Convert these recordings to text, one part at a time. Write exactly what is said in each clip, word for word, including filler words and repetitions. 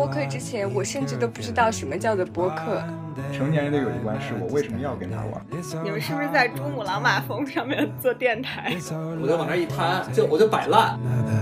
播客之前，我甚至都不知道什么叫做播客。 成年人的有一关是我为什么要跟他玩？ 你们是不是在珠穆朗玛峰上面做电台？ 我就往那一摊，就我就摆烂。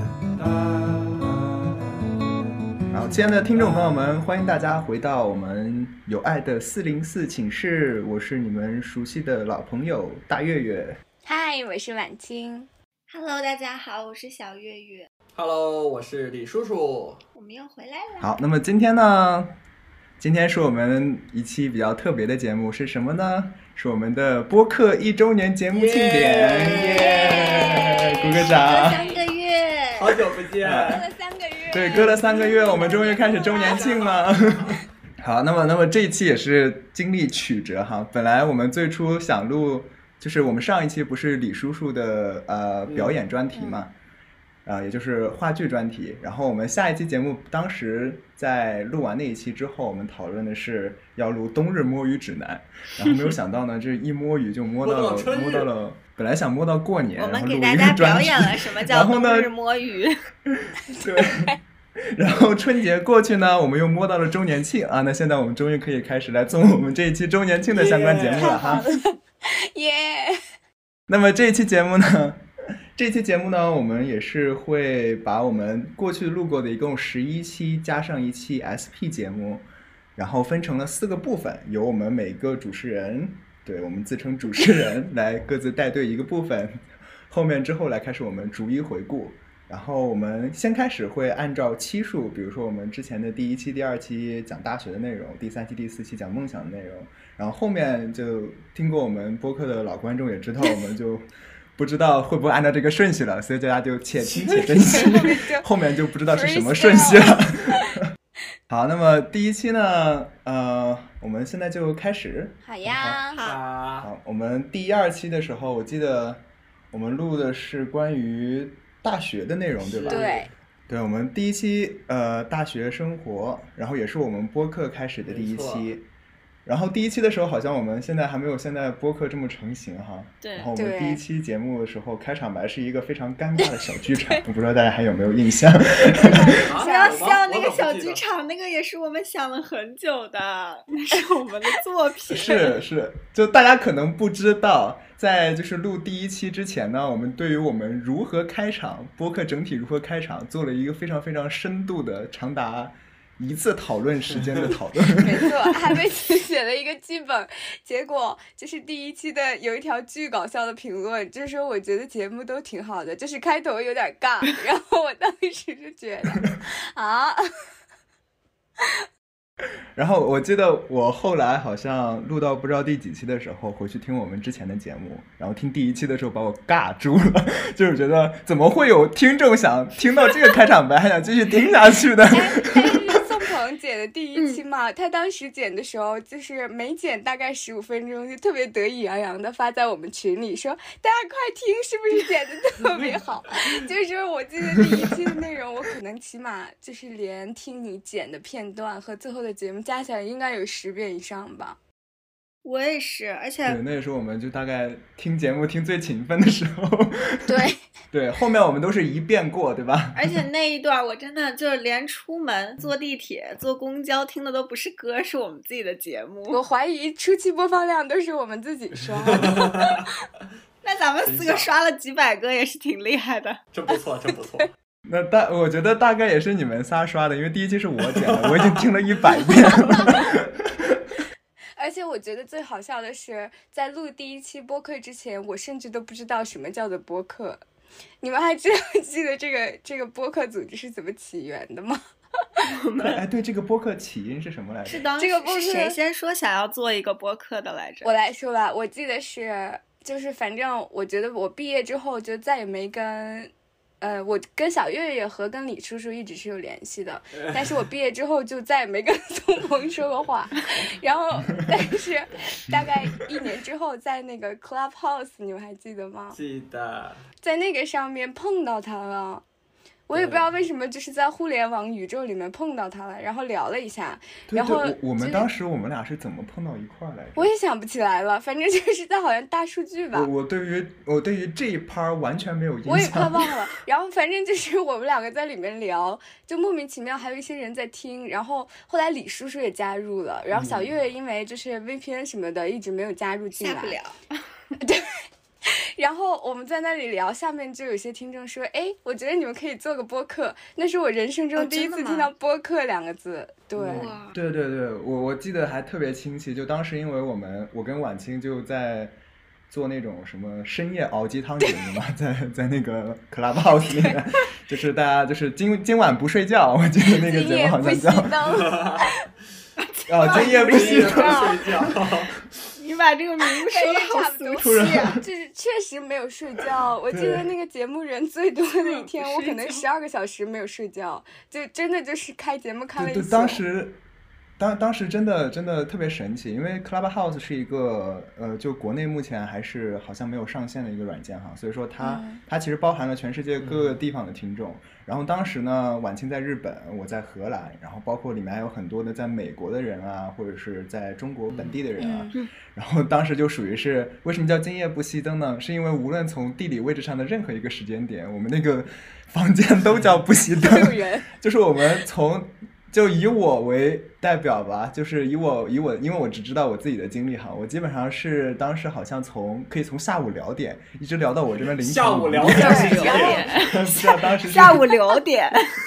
然后，亲爱的听众朋友们，欢迎大家回到我们有爱的四零四寝室，我是你们熟悉的老朋友大月月。 嗨，我是婉清。 Hello， 大家好，我是小月月。 Hello， 我是李叔叔。 我们又回来了。 好，那么今天呢？今天是我们一期比较特别的节目，是什么呢？是我们的播客一周年节目庆典，耶！鼓个掌。 三个月， 好久不见， 隔了三个月。 对，隔了三个月，我们终于开始周年庆了。好，那么那么这一期也是经历曲折哈。本来我们最初想录，就是我们上一期不是李叔叔的呃表演专题嘛。嗯呃，也就是话剧专题，然后我们下一期节目，当时在录完那一期之后，我们讨论的是要录冬日摸鱼指南，然后没有想到呢，这一摸鱼就摸到了，摸到了，本来想摸到过年， 我们给大家表演了什么叫冬日摸鱼， 对，然后春节过去呢，我们又摸到了周年庆啊，那现在我们终于可以开始来做我们这一期周年庆的相关节目了哈， 耶！ 那么这一期节目呢？这期节目呢，我们也是会把我们过去录过的一共十一期加上一期 S P 节目，然后分成了四个部分，由我们每个主持人，对，我们自称主持人来各自带队一个部分，后面之后来开始我们逐一回顾。然后我们先开始会按照期数，比如说我们之前的第一期、第二期讲大学的内容，第三期、第四期讲梦想的内容，然后后面就听过我们播客的老观众也知道，我们就不知道会不会按照这个顺序了，所以大家就且听且珍惜，后面就不知道是什么顺序了。好，那么第一期呢，呃，我们现在就开始。 好呀， 好。 好，我们第一、二期的时候，我记得我们录的是关于大学的内容，对吧？ 对。 对，我们第一期呃大学生活，然后也是我们播客开始的第一期。然后第一期的时候，好像我们现在还没有现在播客这么成型哈。 对。 然后我们第一期节目的时候，开场白是一个非常尴尬的小剧场，我不知道大家还有没有印象？ 不要笑那个小剧场，那个也是我们想了很久的，那是我们的作品。 是是，就大家可能不知道，在就是录第一期之前呢，我们对于我们如何开场，播客整体如何开场，做了一个非常非常深度的长达一次讨论时间的讨论。 没错，还为此写了一个剧本，结果就是第一期的有一条巨搞笑的评论，就是说我觉得节目都挺好的，就是开头有点尬，然后我当时就觉得啊。 然后我记得我后来好像录到不知道第几期的时候，回去听我们之前的节目，然后听第一期的时候把我尬住了，就是觉得怎么会有听众想听到这个开场白还想继续听下去的。 宋鹏剪的第一期嘛，他当时剪的时候就是每剪大概十五分钟，就特别得意洋洋的发在我们群里说大家快听，是不是剪的特别好？就是说我记得第一期的内容，我可能起码就是连听你剪的片段和最后的节目加起来应该有十遍以上吧。 我也是，而且对，那也是我们就大概听节目听最勤奋的时候。 对对，后面我们都是一遍过，对吧？ 而且那一段我真的就是连出门坐地铁坐公交听的都不是歌，是我们自己的节目。 我怀疑初期播放量都是我们自己刷的。 那咱们四个刷了几百个也是挺厉害的。 真不错，真不错。 那大我觉得大概也是你们仨刷的，因为第一期是我剪的，我已经听了一百遍了。 而且我觉得最好笑的是，在录第一期播客之前，我甚至都不知道什么叫做播客。你们还记得记得这个这个播客组织是怎么起源的吗？ 哎，对，这个播客起因是什么来着？ 是当时是谁先说想要做一个播客的来着？ 我来说吧，我记得是就是反正我觉得我毕业之后就再也没跟。呃，我跟小月月和跟李叔叔一直是有联系的，但是我毕业之后就再也没跟宋鹏说过话。然后，但是大概一年之后，在那个 Clubhouse， 你们还记得吗？ 记得。 在那个上面碰到他了， 我也不知道为什么，就是在互联网宇宙里面碰到他了，然后聊了一下，然后、就是、 我我们当时我们俩是怎么碰到一块来着？ 我也想不起来了，反正就是在好像大数据吧。 我我对于我对于这一趴完全没有印象， 我也快忘了。然后反正就是我们两个在里面聊，就莫名其妙还有一些人在听，然后后来李叔叔也加入了，然后小月因为就是 V P N 什么的一直没有加入进来， 下不了。 对。然后我们在那里聊，下面就有些听众说，哎，我觉得你们可以做个播客，那是我人生中第一次听到播客两个字。对对对对，我我记得还特别清晰，就当时因为我们我跟婉清就在做那种什么深夜熬鸡汤节目嘛，在在那个 Clubhouse 里面，就是大家就是今今晚不睡觉，我记得那个节目好像叫哦，今夜不熄灯。 你把这个名字说的好俗气啊！ 就是确实没有睡觉。我记得那个节目人最多的一天，我可能十二个小时没有睡觉，就真的就是开节目看了一宿。 对对，当时。当当时真的真的特别神奇，因为 Clubhouse 是一个呃，就国内目前还是好像没有上线的一个软件哈，所以说它、嗯、它其实包含了全世界各个地方的听众。嗯、然后当时呢，婉清在日本，我在荷兰，然后包括里面还有很多的在美国的人啊，或者是在中国本地的人啊。嗯、然后当时就属于是为什么叫今夜不熄灯呢？是因为无论从地理位置上的任何一个时间点，我们那个房间都叫不熄灯，就是我们从。就以我为代表吧，就是以我以我，因为我只知道我自己的经历哈，我基本上是当时好像从可以从下午两点一直聊到我这边凌晨下午两点， 下当时下午六点，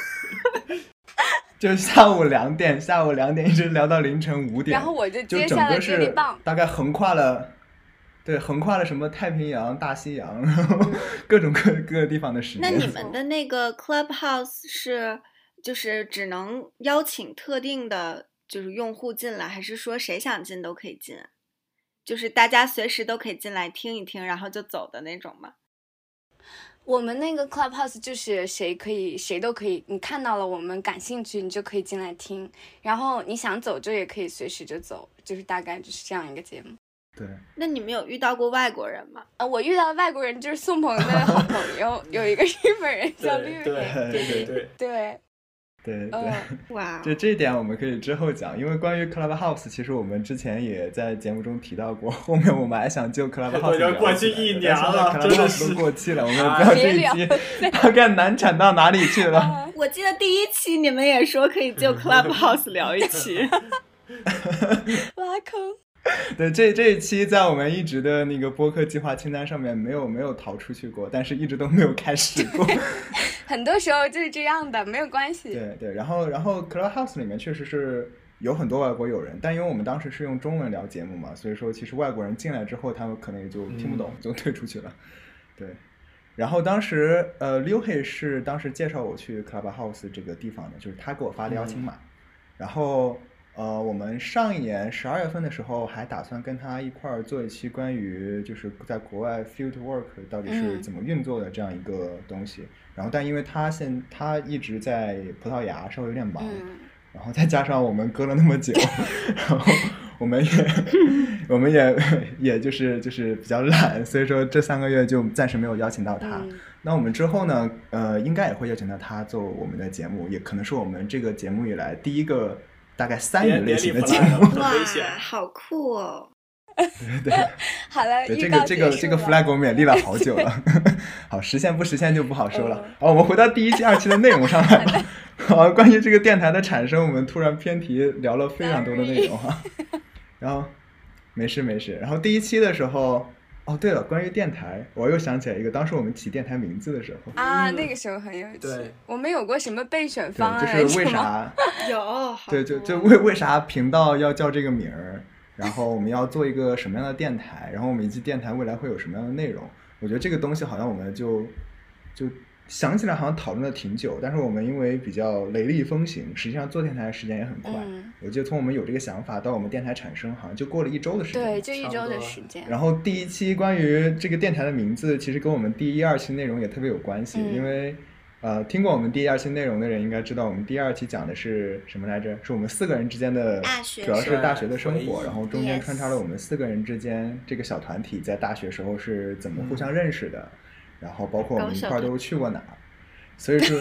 就下午两点，下午两点一直聊到凌晨五点， 然后我就接下了接力棒，大概横跨了，对，横跨了什么太平洋、大西洋，然后各种各各个地方的时间。 那你们的那个 Clubhouse 是？就是只能邀请特定的，就是用户进来，还是说谁想进都可以进？就是大家随时都可以进来听一听，然后就走的那种吗？ 我们那个 Clubhouse 就是谁可以，谁都可以，你看到了我们感兴趣，你就可以进来听，然后你想走就也可以随时就走，就是大概就是这样一个节目。 对， 那你们有遇到过外国人吗？ 呃，我遇到的外国人就是宋鹏的好朋友，有一个日本人叫绿对对对对对。 对对， 哇！ 这这一点我们可以之后讲，因为关于 Clubhouse， 其实我们之前也在节目中提到过，后面我们还想就 Clubhouse 聊， 过去一年了， 真的是都过期了，我们也不知道这一期大概难产到哪里去了。 我记得第一期你们也说可以就 Clubhouse 聊一期， 挖坑。 对，这这一期在我们一直的那个播客计划清单上面没有没有逃出去过，但是一直都没有开始过。 很多时候就是这样的，没有关系。 对对，然后然后 Clubhouse 里面确实是有很多外国友人，但因为我们当时是用中文聊节目嘛，所以说其实外国人进来之后，他们可能也就听不懂，嗯、就退出去了。对，然后当时呃 Liu He 是当时介绍我去 Clubhouse 这个地方的，就是他给我发的邀请码，嗯、然后。呃，我们上一年十二月份的时候还打算跟他一块儿做一期关于就是在国外 field work 到底是怎么运作的这样一个东西。嗯、然后，但因为他现他一直在葡萄牙，稍微有点忙，嗯、然后再加上我们隔了那么久，然后我们也我们也也就是就是比较懒，所以说这三个月就暂时没有邀请到他。嗯、那我们之后呢，呃，应该也会邀请到他做我们的节目，也可能是我们这个节目以来第一个。大概三语类型的节目， 哇，好酷哦！ 对对， 好了， 对这个这个这个 flag 我们也立了好久了，好实现不实现就不好说了。好，我们回到第一期、二期的内容上来吧。好，关于这个电台的产生，我们突然偏题聊了非常多的内容哈。然后没事没事，然后第一期的时候。哦，对了，关于电台，我又想起来一个，当时我们起电台名字的时候啊，那个时候很有趣。对，我们有过什么备选方案？ 就是为啥？ 有， 对，就就为为啥频道要叫这个名儿？然后我们要做一个什么样的电台？然后我们以及电台未来会有什么样的内容？我觉得这个东西好像我们就就想起来，好像讨论了挺久，但是我们因为比较雷厉风行，实际上做电台的时间也很快。嗯、我记得从我们有这个想法到我们电台产生，好像就过了一周的时间。 对，就一周的时间。 然后第一期关于这个电台的名字，其实跟我们第一、二期内容也特别有关系，嗯、因为呃，听过我们第一、二期内容的人应该知道，我们第二期讲的是什么来着？是我们四个人之间的，主要是大学的生活，然后中间穿插了我们四个人之间这个小团体在大学时候是怎么互相认识的。嗯然后包括我们一块儿都去过哪儿，所以说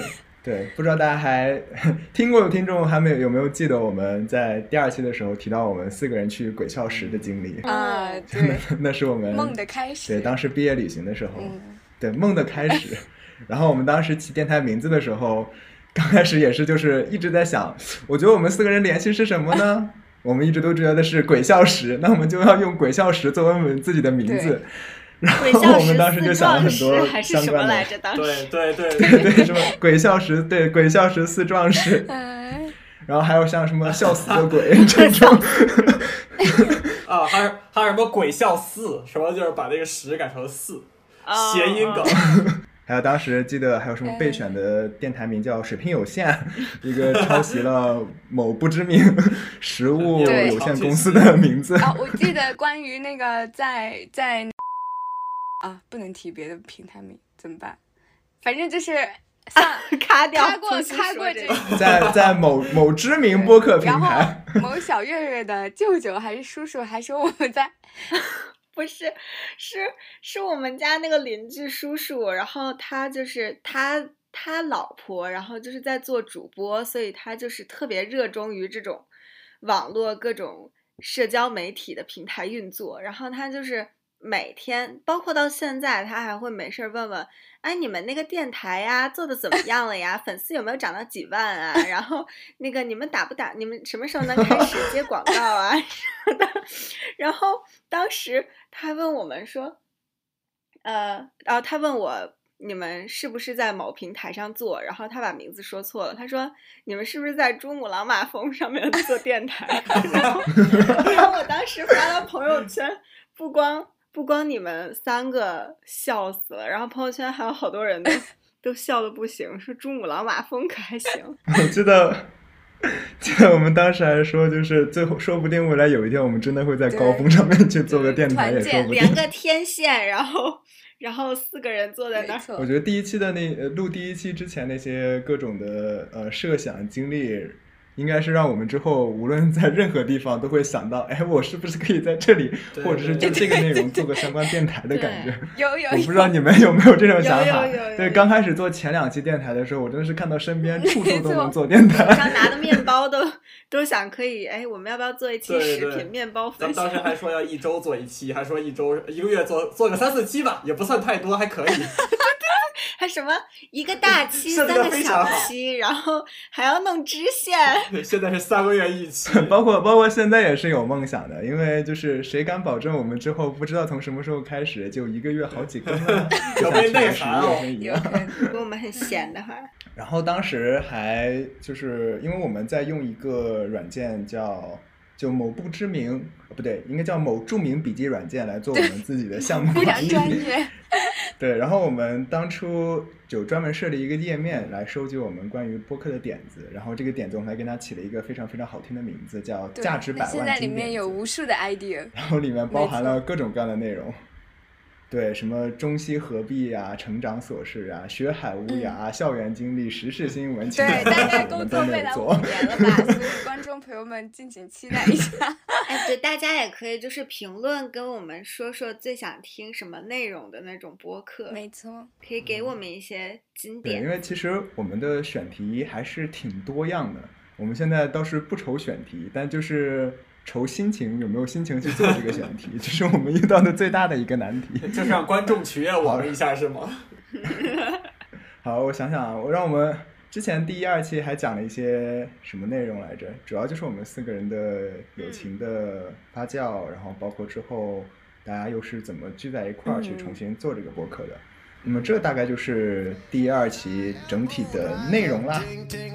对，不知道大家还听过的听众还没有有没有记得我们在第二期的时候提到我们四个人去鬼笑石的经历啊，对， 那是我们梦的开始。 对，当时毕业旅行的时候， 嗯、 对，梦的开始。然后我们当时起电台名字的时候，刚开始也是就是一直在想，我觉得我们四个人联系是什么呢？我们一直都觉得是鬼笑石，那我们就要用鬼笑石作为我们自己的名字。然后我们当时就想了很多相关的， 对对对对对，什么鬼笑石，对，鬼笑石四壮士，然后还有像什么笑死的鬼这种， 啊，还有还有什么鬼笑四，什么就是把这个石改成四，谐音梗。 还有当时记得还有什么备选的电台名叫水平有限，一个抄袭了某不知名食物有限公司的名字。 啊，我记得关于那个在在啊，不能提别的平台名怎么办？反正就是啊，卡掉， 卡过卡过这个， 在在某某知名播客平台， 然后某小月月的舅舅还是叔叔还说我们在。 不是，是是我们家那个邻居叔叔，然后他就是他他老婆，然后就是在做主播，所以他就是特别热衷于这种网络各种社交媒体的平台运作，然后他就是每天，包括到现在，他还会没事问问，哎，你们那个电台呀做的怎么样了呀？粉丝有没有涨到几万啊？然后那个你们打不打？你们什么时候能开始接广告啊？什么的。然后当时他问我们说，呃，然后他问我你们是不是在某平台上做？然后他把名字说错了，他说你们是不是在珠穆朗玛峰上面做电台？然后，然后我当时发到朋友圈，不光。不光你们三个笑死了，然后朋友圈还有好多人都都笑得不行，说珠穆朗玛峰可还行。 我记得，记得我们当时还说，就是最后说不定未来有一天我们真的会在高峰上面去做个电台，也说不定。 连个天线，然后然后四个人坐在那儿。 我觉得第一期的那录第一期之前那些各种的呃设想经历。应该是让我们之后无论在任何地方都会想到，哎，我是不是可以在这里，或者是就这个内容做个相关电台的感觉。 有有， 我不知道你们有没有这种想法。 有有有有对，刚开始做前两期电台的时候，我真的是看到身边处处都能做电台， 手上拿的面包都都想可以，哎，我们要不要做一期食品面包分享？ 咱们当时还说要一周做一期，还说一周一个月做做个三四期吧，也不算太多，还可以。 还什么一个大期三个小期，然后还要弄支线。 对，现在是三个月一期， 包括包括现在也是有梦想的，因为就是谁敢保证我们之后不知道从什么时候开始就一个月好几更呢？ 有没内涵哦？ 如果我们很闲的话。 然后当时还就是因为我们在用一个软件叫。就某不知名不对，应该叫某著名笔记软件来做我们自己的项目非常专业。 对，然后我们当初就专门设立一个页面来收集我们关于播客的点子，然后这个点子我们还给它起了一个非常非常好听的名字，叫价值百万金点子。 现在里面有无数的 idea， 然后里面包含了各种各样的内容。对，什么中西合璧啊，成长琐事啊，学海无涯、啊嗯、校园经历、时事新闻， 对，大概工作未来五年了吧，所以观众朋友们敬请期待一下。 哎，对，大家也可以就是评论跟我们说说最想听什么内容的那种播客， 没错， 可以给我们一些经典。 对，因为其实我们的选题还是挺多样的，我们现在倒是不愁选题，但就是愁心情，有没有心情去做这个选题，这是我们遇到的最大的一个难题。 就是让观众取悦我们一下是吗？ 好，我想想，我让我们之前第一二期还讲了一些什么内容来着？主要就是我们四个人的友情的发酵，然后包括之后大家又是怎么聚在一块儿去重新做这个播客的。嗯，那么这大概就是第二期整体的内容啦。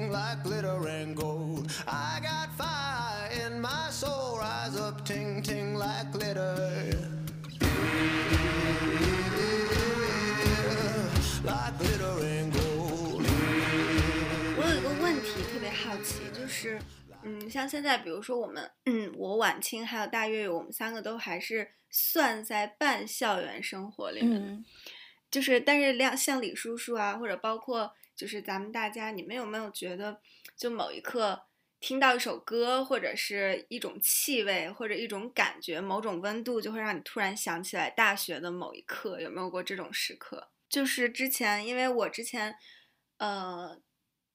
我有一个问题特别好奇，就是嗯，像现在比如说我们嗯，我晚清还有大月月，我们三个都还是算在半校园生活里面。嗯，就是但是像像李叔叔啊，或者包括就是咱们大家，你们有没有觉得就某一刻听到一首歌，或者是一种气味，或者一种感觉，某种温度，就会让你突然想起来大学的某一刻？有没有过这种时刻？就是之前因为我之前呃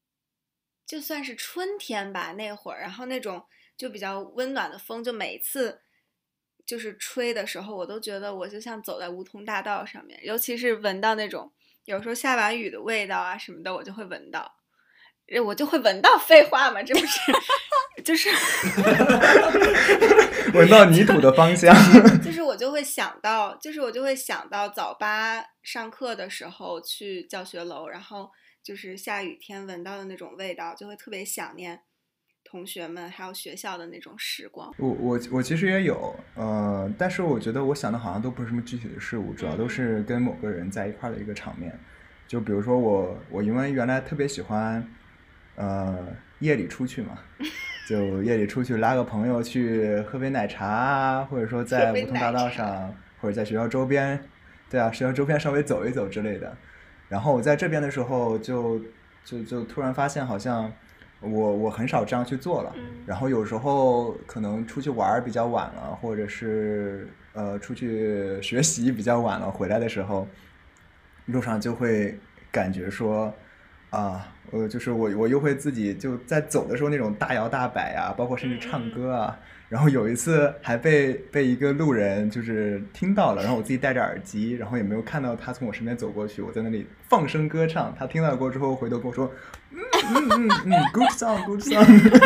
就算是春天吧那会儿，然后那种就比较温暖的风，就每一次就是吹的时候，我都觉得我就像走在梧桐大道上面，尤其是闻到那种有时候下完雨的味道啊什么的，我就会闻到，我就会闻到，废话嘛，这不是就是闻到泥土的芳香就是我就会想到就是我就会想到早八上课的时候去教学楼，然后就是下雨天闻到的那种味道，就会特别想念同学们还有学校的那种时光。 我我我其实也有，呃，但是我觉得我想的好像都不是什么具体的事物，主要都是跟某个人在一块的一个场面。就比如说我我因为原来特别喜欢，呃，夜里出去嘛，就夜里出去拉个朋友去喝杯奶茶啊，或者说在梧桐大道上，或者在学校周边，对啊，学校周边稍微走一走之类的。然后我在这边的时候就就就突然发现好像我我很少这样去做了，然后有时候可能出去玩比较晚了，或者是呃出去学习比较晚了，回来的时候路上就会感觉说啊，我就是我我又会自己就在走的时候那种大摇大摆啊，包括甚至唱歌啊，然后有一次还被被一个路人就是听到了，然后我自己戴着耳机，然后也没有看到他从我身边走过去，我在那里放声歌唱，他听到过之后回头跟我说嗯嗯嗯嗯 good song good song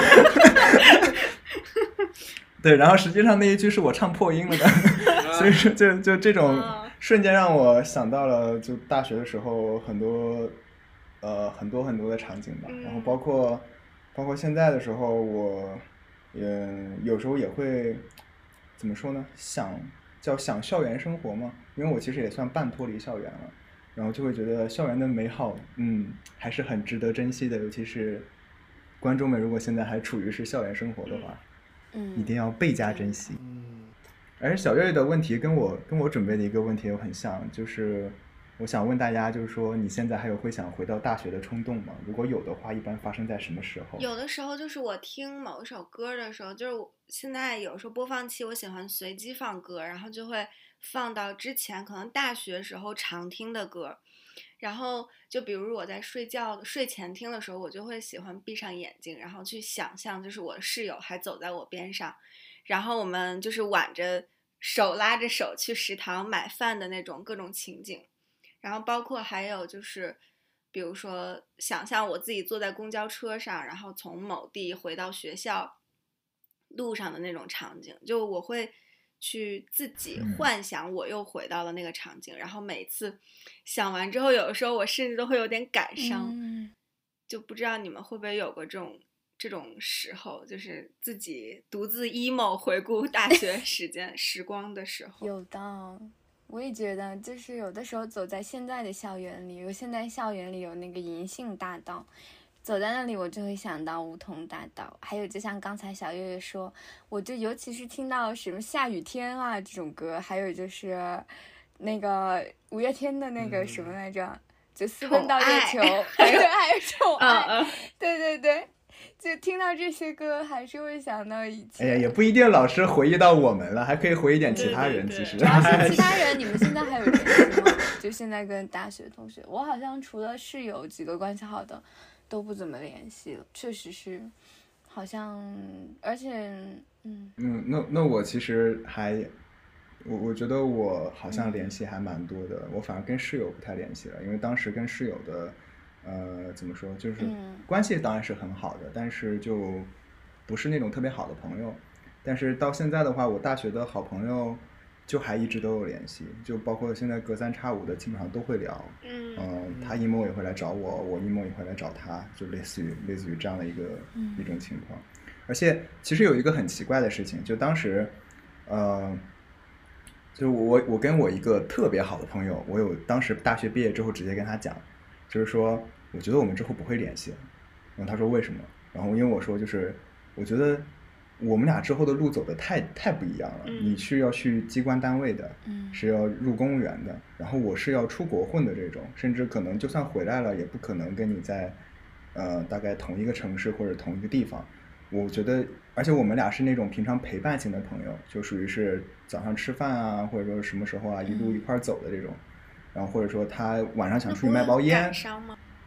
对，然后实际上那一句是我唱破音了的所以说就就这种瞬间让我想到了就大学的时候很多呃很多很多的场景吧，然后包括包括现在的时候我嗯，有时候也会怎么说呢？想叫想校园生活嘛，因为我其实也算半脱离校园了，然后就会觉得校园的美好，嗯，还是很值得珍惜的。尤其是观众们如果现在还处于是校园生活的话， 嗯， 一定要倍加珍惜。 嗯， 而小月月的问题跟我跟我准备的一个问题又很像，就是我想问大家，就是说你现在还有会想回到大学的冲动吗？如果有的话，一般发生在什么时候？ 有的时候就是我听某一首歌的时候，就是我现在有时候播放器我喜欢随机放歌，然后就会放到之前可能大学时候常听的歌，然后就比如我在睡觉睡前听的时候，我就会喜欢闭上眼睛，然后去想象就是我的室友还走在我边上，然后我们就是挽着手拉着手去食堂买饭的那种各种情景。然后包括还有就是比如说想象我自己坐在公交车上，然后从某地回到学校路上的那种场景，就我会去自己幻想我又回到了那个场景，然后每次想完之后，有的时候我甚至都会有点感伤， 嗯， 就不知道你们会不会有过这种这种时候，就是自己独自 emo 回顾大学时间时光的时候。 有的。我也觉得，就是有的时候走在现在的校园里，有现在校园里有那个银杏大道，走在那里我就会想到梧桐大道。还有就像刚才小月月说，我就尤其是听到什么下雨天啊这种歌，还有就是那个五月天的那个什么来着，嗯、就私奔到月球，对，还有宠爱，嗯、对对对。就听到这些歌还是会想到以前。 哎呀，也不一定老是回忆到我们了，还可以回忆点其他人。 对对对， 其实主要是其他人你们现在还有联系吗？就现在跟大学同学，我好像除了室友几个关系好的都不怎么联系了，确实是好像，而且嗯嗯，那那我其实还我我觉得我好像联系还蛮多的，嗯、我反而跟室友不太联系了，因为当时跟室友的呃怎么说，就是关系当然是很好的，嗯、但是就不是那种特别好的朋友。但是到现在的话，我大学的好朋友就还一直都有联系，就包括现在隔三差五的基本上都会聊。嗯、呃，他 emo 也会来找我，我 emo 也会来找他，就类似于类似于这样的一个、嗯、一种情况。而且其实有一个很奇怪的事情，就当时呃就我我跟我一个特别好的朋友，我有当时大学毕业之后直接跟他讲，就是说我觉得我们之后不会联系了。然后他说为什么？然后因为我说就是我觉得我们俩之后的路走的太太不一样了。嗯、你是要去机关单位的，嗯、是要入公务员的，然后我是要出国混的这种，甚至可能就算回来了，也不可能跟你在呃大概同一个城市或者同一个地方。我觉得，而且我们俩是那种平常陪伴型的朋友，就属于是早上吃饭啊，或者说什么时候啊，一路一块走的这种。然后或者说他晚上想出去卖包烟，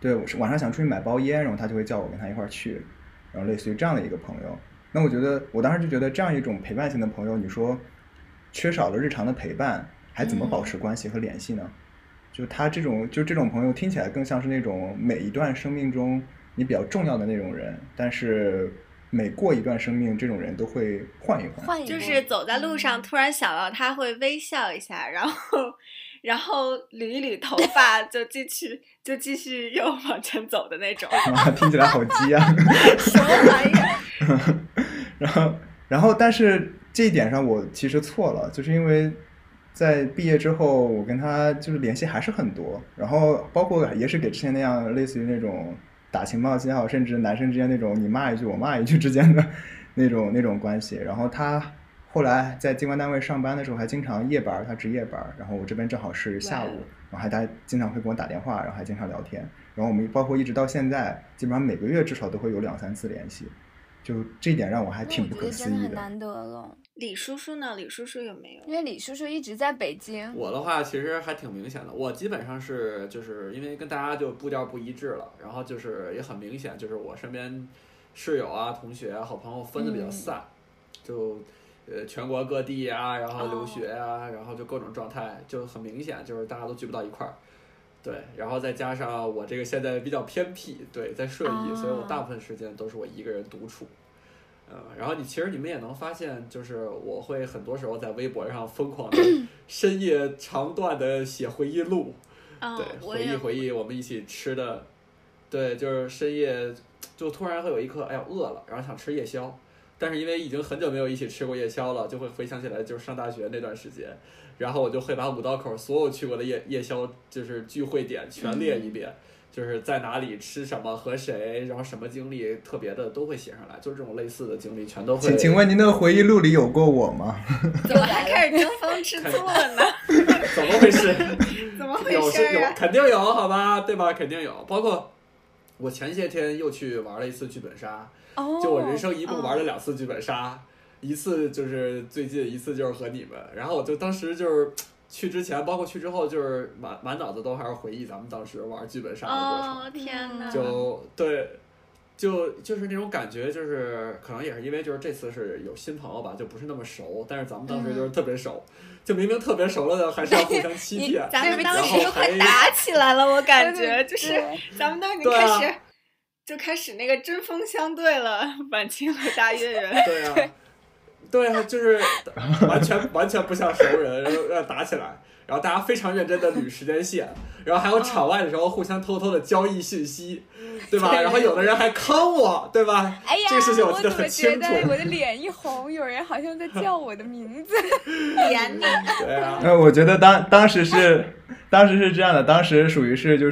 对，我是晚上想出去买包烟，然后他就会叫我跟他一块儿去，然后类似于这样的一个朋友。那我觉得我当时就觉得这样一种陪伴型的朋友，你说缺少了日常的陪伴，还怎么保持关系和联系呢？嗯、就他这种就这种朋友听起来更像是那种每一段生命中你比较重要的那种人，但是每过一段生命，这种人都会换一换， 换一就是走在路上突然想到他会微笑一下，然后然后捋一捋头发就继续就继续又往前走的那种。 啊，听起来好鸡啊！ 什么玩意儿？ 然后然后但是这一点上我其实错了，就是因为在毕业之后我跟他就是联系还是很多，然后包括也是给之前那样类似于那种打情骂俏，甚至男生之间那种你骂一句我骂一句之间的那种那种关系。然后他后来在机关单位上班的时候还经常夜班，他值夜班，然后我这边正好是下午，然后还他经常会给我打电话，然后还经常聊天，然后我们包括一直到现在基本上每个月至少都会有两三次联系，就这一点让我还挺不可思议的。 我觉得真的很难得了。 李叔叔呢？李叔叔有没有？ 因为李叔叔一直在北京。 我的话其实还挺明显的，我基本上是就是因为跟大家就步调不一致了，然后就是也很明显，就是我身边室友啊、同学啊、好朋友分的比较散，嗯、就呃全国各地啊，然后留学啊，哦、然后就各种状态就很明显，就是大家都聚不到一块儿。对，然后再加上我这个现在比较偏僻，对，在顺义，哦、所以我大部分时间都是我一个人独处。呃，然后你其实你们也能发现，就是我会很多时候在微博上疯狂的深夜长段的写回忆录， 哦、 对，回忆回忆我们一起吃的，对，就是深夜就突然会有一刻，哎呀饿了，然后想吃夜宵，但是因为已经很久没有一起吃过夜宵了，就会回想起来就是上大学那段时间，然后我就会把五道口所有去过的夜夜宵就是聚会点全列一遍。嗯，就是在哪里吃什么和谁，然后什么经历特别的都会写上来，就是这种类似的经历全都会。 请请问您的回忆录里有过我吗？ 怎么还开始争风吃醋了呢？ 怎么回事？ 怎么回事、啊、 有是有，肯定有，好吧，对吧？肯定有。包括我前些天又去玩了一次剧本杀，哦、就我人生一共玩了两次剧本杀，哦、一次就是最近，一次就是和你们。然后我就当时就是。去之前，包括去之后，就是满满脑子都还是回忆咱们当时玩剧本杀的过程。 哦天哪！ 就对，就就是那种感觉，就是可能也是因为就是这次是有新朋友吧，就不是那么熟，但是咱们当时就是特别熟，嗯、就明明特别熟了的，还是要互相欺骗。 咱们当时都快打起来了，我感觉就是咱们都已经开始、啊、就开始那个针锋相对了，婉清和大月月。 对啊。对啊，就是完全完全不像熟人，然后要打起来，然后大家非常认真的捋时间线，然后还有场外的时候互相偷偷的交易信息，对吧？然后有的人还坑我，对吧？ 哎呀， 这个事情我记得很清楚。 我怎么觉得我的脸一红，有人好像在叫我的名字， 点你。 对啊。 呃，我觉得当当时是当时是这样的，当时属于是就是。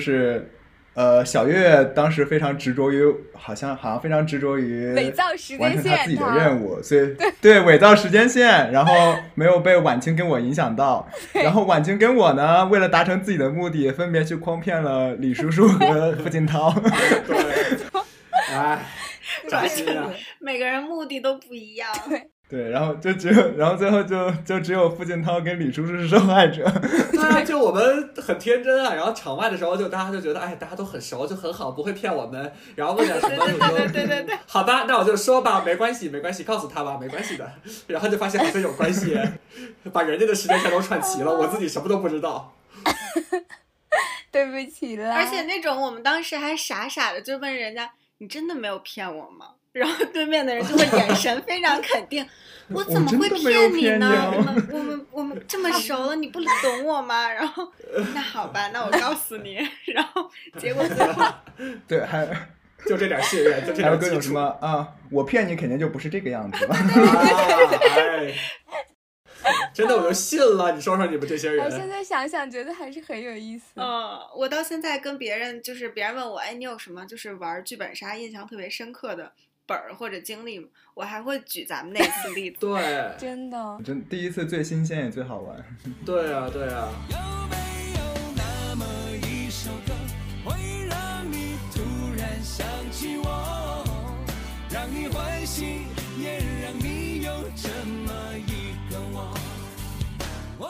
呃，小月月当时非常执着于，好像好像非常执着于伪造时间线， 完成他自己的任务，所以对伪造时间线，然后没有被婉清跟我影响到，然后婉清跟我呢，为了达成自己的目的，分别去诓骗了李叔叔和付锦涛。 对，哎，扎心啊！ 每个人目的都不一样。 对。 对，然后就只有，然后最后就就只有付锦涛跟李叔叔是受害者。 对啊，就我们很天真啊，然后场外的时候就大家就觉得，哎，大家都很熟，就很好，不会骗我们。然后问点什么，就说， 对对对对， 好吧，那我就说吧，没关系，没关系，告诉他吧，没关系的。然后就发现好像有关系，把人家的时间线都串齐了，我自己什么都不知道。 对不起啦。 而且那种我们当时还傻傻的就问人家，你真的没有骗我吗？然后对面的人就会眼神非常肯定，我怎么会骗你呢？我们我们我们这么熟了，你不懂我吗？然后那好吧，那我告诉你。然后结果最后对还就这点信任，就这点基础。还有各种什么啊？我骗你肯定就不是这个样子了。 哎，真的我就信了，你说说你们这些人。 我现在想想觉得还是很有意思。 嗯，我到现在跟别人就是别人问我，哎，你有什么就是玩剧本杀印象特别深刻的本儿或者经历，我还会举咱们那次例子。 对， 真的， 真第一次最新鲜也最好玩。 对啊，对啊。 有没有那么一首歌，会让你突然想起我，让你欢喜，也让你有这么一个我。 你知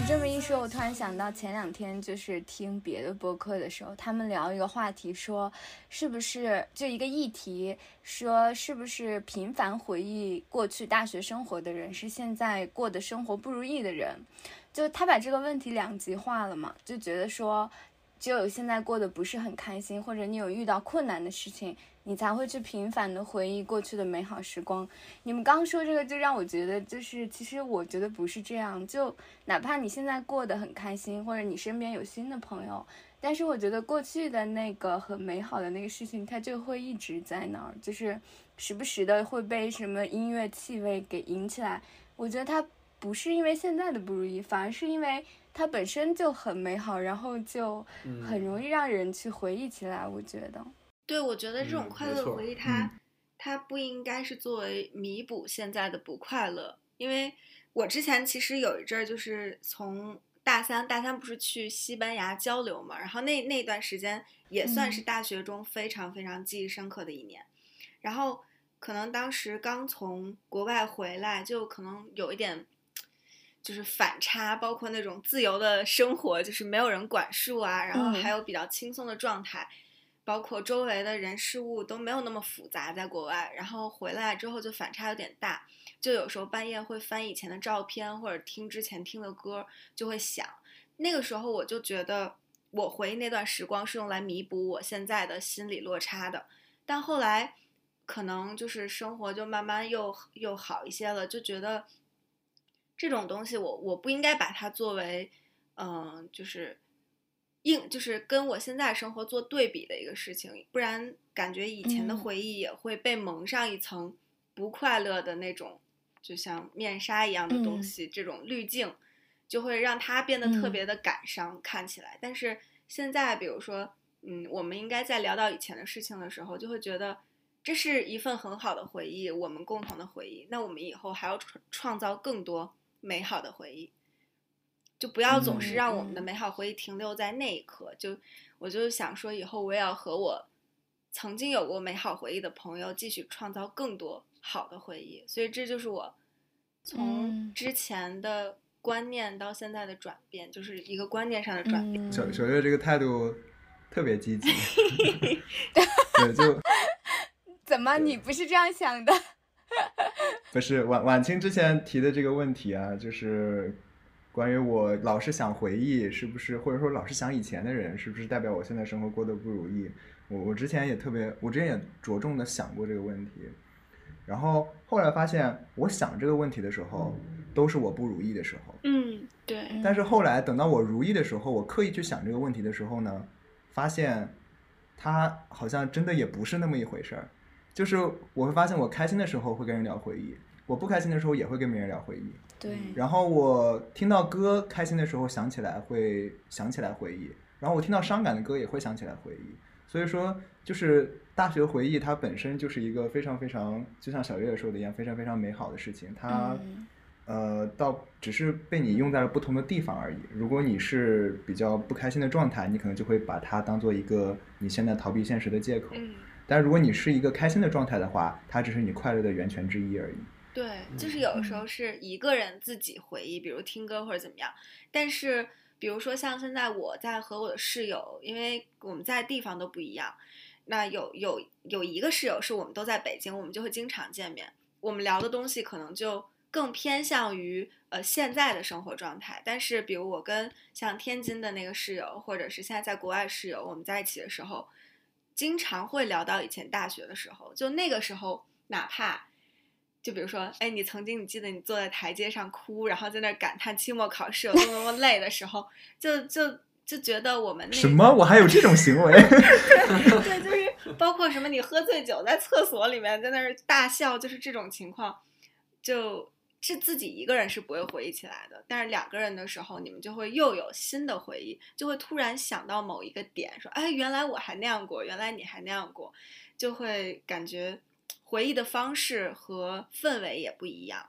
这么一说，我突然想到前两天就是听别的播客的时候，他们聊一个话题说，是不是就一个议题，说是不是频繁回忆过去大学生活的人是现在过的生活不如意的人，就他把这个问题两极化了嘛，就觉得说只有现在过得不是很开心，或者你有遇到困难的事情，你才会去频繁的回忆过去的美好时光。你们刚说这个就让我觉得，就是其实我觉得不是这样，就哪怕你现在过得很开心，或者你身边有新的朋友，但是我觉得过去的那个很美好的那个事情，它就会一直在那儿，就是时不时的会被什么音乐气味给引起来。我觉得它不是因为现在的不如意，反而是因为它本身就很美好，然后就很容易让人去回忆起来。我觉得对，我觉得这种快乐回忆它、 嗯、 它不应该是作为弥补现在的不快乐。因为我之前其实有一阵儿就是从大三大三不是去西班牙交流嘛，然后那那段时间也算是大学中非常非常记忆深刻的一年、嗯、然后可能当时刚从国外回来，就可能有一点就是反差，包括那种自由的生活，就是没有人管束啊，然后还有比较轻松的状态、嗯，包括周围的人事物都没有那么复杂，在国外，然后回来之后就反差有点大，就有时候半夜会翻以前的照片，或者听之前听的歌，就会想，那个时候我就觉得我回忆那段时光是用来弥补我现在的心理落差的。但后来可能就是生活就慢慢又又好一些了，就觉得这种东西我我不应该把它作为嗯、呃、就是硬就是跟我现在生活做对比的一个事情，不然感觉以前的回忆也会被蒙上一层不快乐的那种、嗯、就像面纱一样的东西、嗯、这种滤镜就会让它变得特别的感伤、嗯、看起来。但是现在比如说嗯，我们应该在聊到以前的事情的时候，就会觉得这是一份很好的回忆，我们共同的回忆，那我们以后还要创造更多美好的回忆，就不要总是让我们的美好回忆停留在那一刻、嗯、就我就想说以后我也要和我曾经有过美好回忆的朋友继续创造更多好的回忆。所以这就是我从之前的观念到现在的转变、嗯、就是一个观念上的转变。 小小月这个态度特别积极对，就怎么你不是这样想的？ 不是，婉婉清之前提的这个问题啊，就是关于我老是想回忆是不是，或者说老是想以前的人是不是代表我现在生活过得不如意。我我之前也特别我之前也着重的想过这个问题，然后后来发现我想这个问题的时候都是我不如意的时候。 嗯，对。 但是后来等到我如意的时候，我刻意去想这个问题的时候呢，发现它好像真的也不是那么一回事儿。就是我会发现我开心的时候会跟人聊回忆，我不开心的时候也会跟别人聊回忆。 对。 然后我听到歌开心的时候想起来会想起来回忆，然后我听到伤感的歌也会想起来回忆。所以说就是大学回忆它本身就是一个非常非常就像小月说的一样非常非常美好的事情，它、嗯、呃倒只是被你用在了不同的地方而已。如果你是比较不开心的状态，你可能就会把它当做一个你现在逃避现实的借口、嗯、但如果你是一个开心的状态的话，它只是你快乐的源泉之一而已。 对，就是有的时候是一个人自己回忆，比如听歌或者怎么样，但是比如说像现在我在和我的室友，因为我们在的地方都不一样，那有有有一个室友是我们都在北京，我们就会经常见面，我们聊的东西可能就更偏向于呃现在的生活状态。但是比如我跟像天津的那个室友，或者是现在在国外室友，我们在一起的时候经常会聊到以前大学的时候，就那个时候哪怕就比如说哎，你曾经你记得你坐在台阶上哭，然后在那感叹期末考试有多么多么累的时候就就就觉得我们那什么我还有这种行为对，就是包括什么你喝醉酒在厕所里面在那儿大笑，就是这种情况，就是自己一个人是不会回忆起来的，但是两个人的时候你们就会又有新的回忆，就会突然想到某一个点，说哎，原来我还那样过，原来你还那样过，就会感觉回忆的方式和氛围也不一样，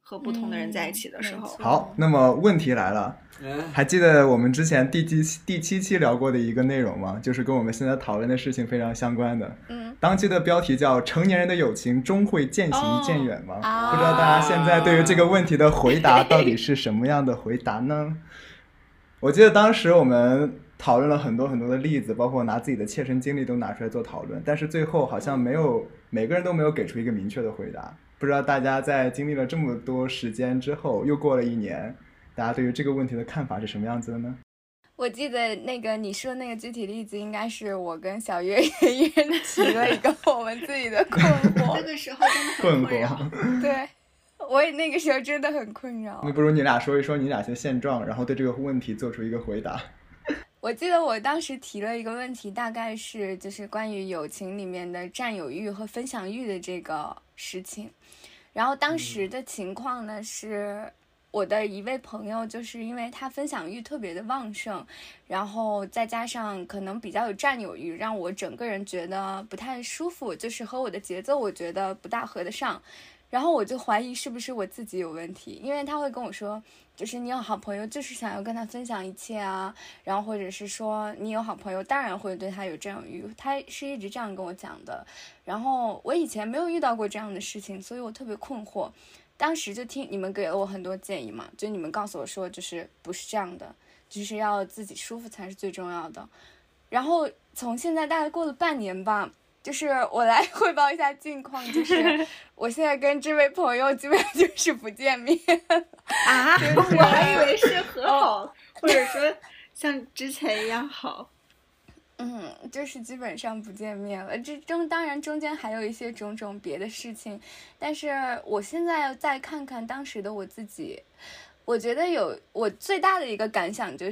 和不同的人在一起的时候。 嗯好，那么问题来了，还记得我们之前第七第七期聊过的一个内容吗？就是跟我们现在讨论的事情非常相关的。 嗯， 当期的标题叫“成年人的友情终会渐行渐远吗？” 哦不知道大家现在对于这个问题的回答到底是什么样的回答呢？我记得当时我们讨论了很多很多的例子，包括拿自己的切身经历都拿出来做讨论，但是最后好像没有每个人都没有给出一个明确的回答。不知道大家在经历了这么多时间之后，又过了一年，大家对于这个问题的看法是什么样子的呢？ 我记得那个你说那个具体例子，应该是我跟小月一人提了一个我们自己的困那惑。 个时候真的很困扰。 对，我也那个时候真的很困扰。 那不如你俩说一说你俩的现状，然后对这个问题做出一个回答。 我记得我当时提了一个问题，大概是就是关于友情里面的占有欲和分享欲的这个事情。然后当时的情况呢是，我的一位朋友就是因为他分享欲特别的旺盛，然后再加上可能比较有占有欲，让我整个人觉得不太舒服，就是和我的节奏我觉得不大合得上。然后我就怀疑是不是我自己有问题，因为他会跟我说，就是你有好朋友就是想要跟他分享一切啊，然后或者是说你有好朋友当然会对他有占有欲，他是一直这样跟我讲的。然后我以前没有遇到过这样的事情，所以我特别困惑。当时就听你们给了我很多建议嘛，就你们告诉我说就是不是这样的，就是要自己舒服才是最重要的。然后从现在大概过了半年吧，就是我来汇报一下近况，就是我现在跟这位朋友基本上就是不见面啊，我还以为是和好，或者说像之前一样好。 嗯，就是基本上不见面了。这中当然中间还有一些种种别的事情，但是我现在再看看当时的我自己，我觉得有我最大的一个感想就是，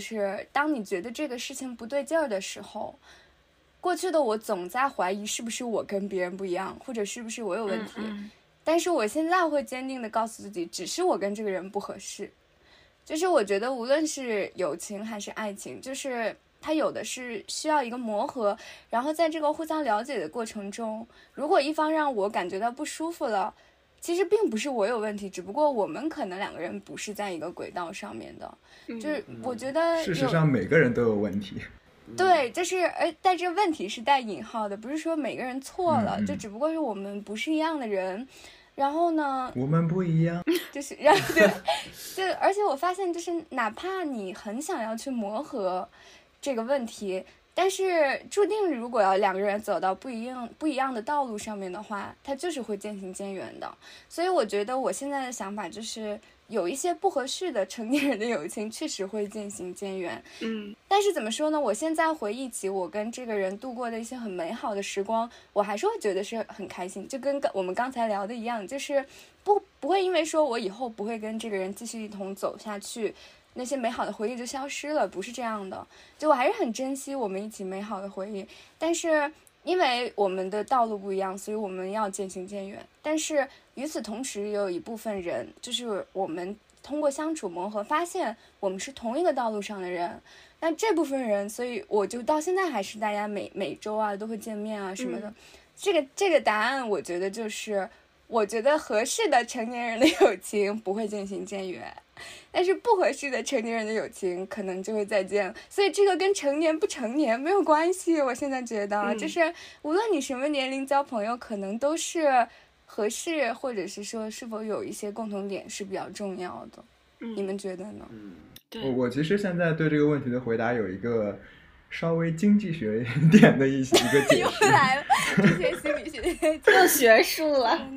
当你觉得这个事情不对劲儿的时候，过去的我总在怀疑是不是我跟别人不一样，或者是不是我有问题。 嗯嗯但是我现在会坚定地告诉自己，只是我跟这个人不合适。就是我觉得无论是友情还是爱情，就是它有的是需要一个磨合，然后在这个互相了解的过程中，如果一方让我感觉到不舒服了，其实并不是我有问题，只不过我们可能两个人不是在一个轨道上面的。就是我觉得事实上每个人都有问题。 对，就是而但这问题是带引号的，不是说每个人错了， 嗯嗯就只不过是我们不是一样的人。然后呢， 我们不一样， 就是让对，就而且我发现，就是哪怕你很想要去磨合这个问题，但是注定如果要两个人走到不一样不一样的道路上面的话，它就是会渐行渐远的。所以我觉得我现在的想法就是，有一些不合适的成年人的友情确实会渐行渐远。 嗯， 但是怎么说呢？我现在回忆起我跟这个人度过的一些很美好的时光，我还是会觉得是很开心，就跟我们刚才聊的一样，就是不不会因为说我以后不会跟这个人继续一同走下去，那些美好的回忆就消失了，不是这样的。就我还是很珍惜我们一起美好的回忆，但是因为我们的道路不一样，所以我们要渐行渐远。但是与此同时，也有一部分人，就是我们通过相处磨合，发现我们是同一个道路上的人。那这部分人，所以我就到现在还是大家每每周啊都会见面啊什么的。嗯、这个这个答案，我觉得就是我觉得合适的成年人的友情不会渐行渐远，但是不合适的成年人的友情可能就会再见。所以这个跟成年不成年没有关系。我现在觉得，嗯、就是无论你什么年龄交朋友，可能都是合适，或者是说是否有一些共同点是比较重要的。嗯、你们觉得呢？ 嗯， 我我其实现在对这个问题的回答有一个稍微经济学一点的一一个解释。 又来了，这些心理学又学术了。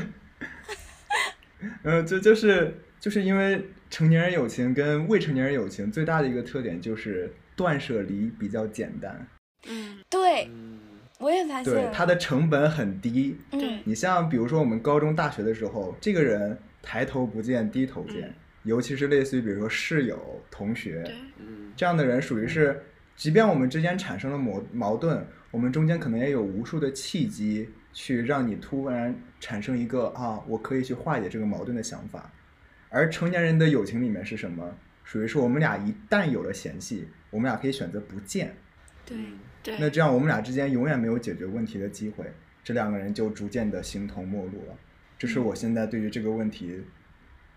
呃，就就是就是因为成年人友情跟未成年人友情最大的一个特点就是断舍离比较简单。 嗯， 对，我也发现对，它的成本很低。 嗯， 你像比如说我们高中大学的时候，这个人抬头不见低头见。嗯，尤其是类似于比如说室友、同学这样的人，属于是即便我们之间产生了矛矛盾，我们中间可能也有无数的契机去让你突然产生一个啊我可以去化解这个矛盾的想法。而成年人的友情里面是什么？属于是我们俩一旦有了嫌隙，我们俩可以选择不见。 对对， 那这样我们俩之间永远没有解决问题的机会，这两个人就逐渐的形同陌路了。这是我现在对于这个问题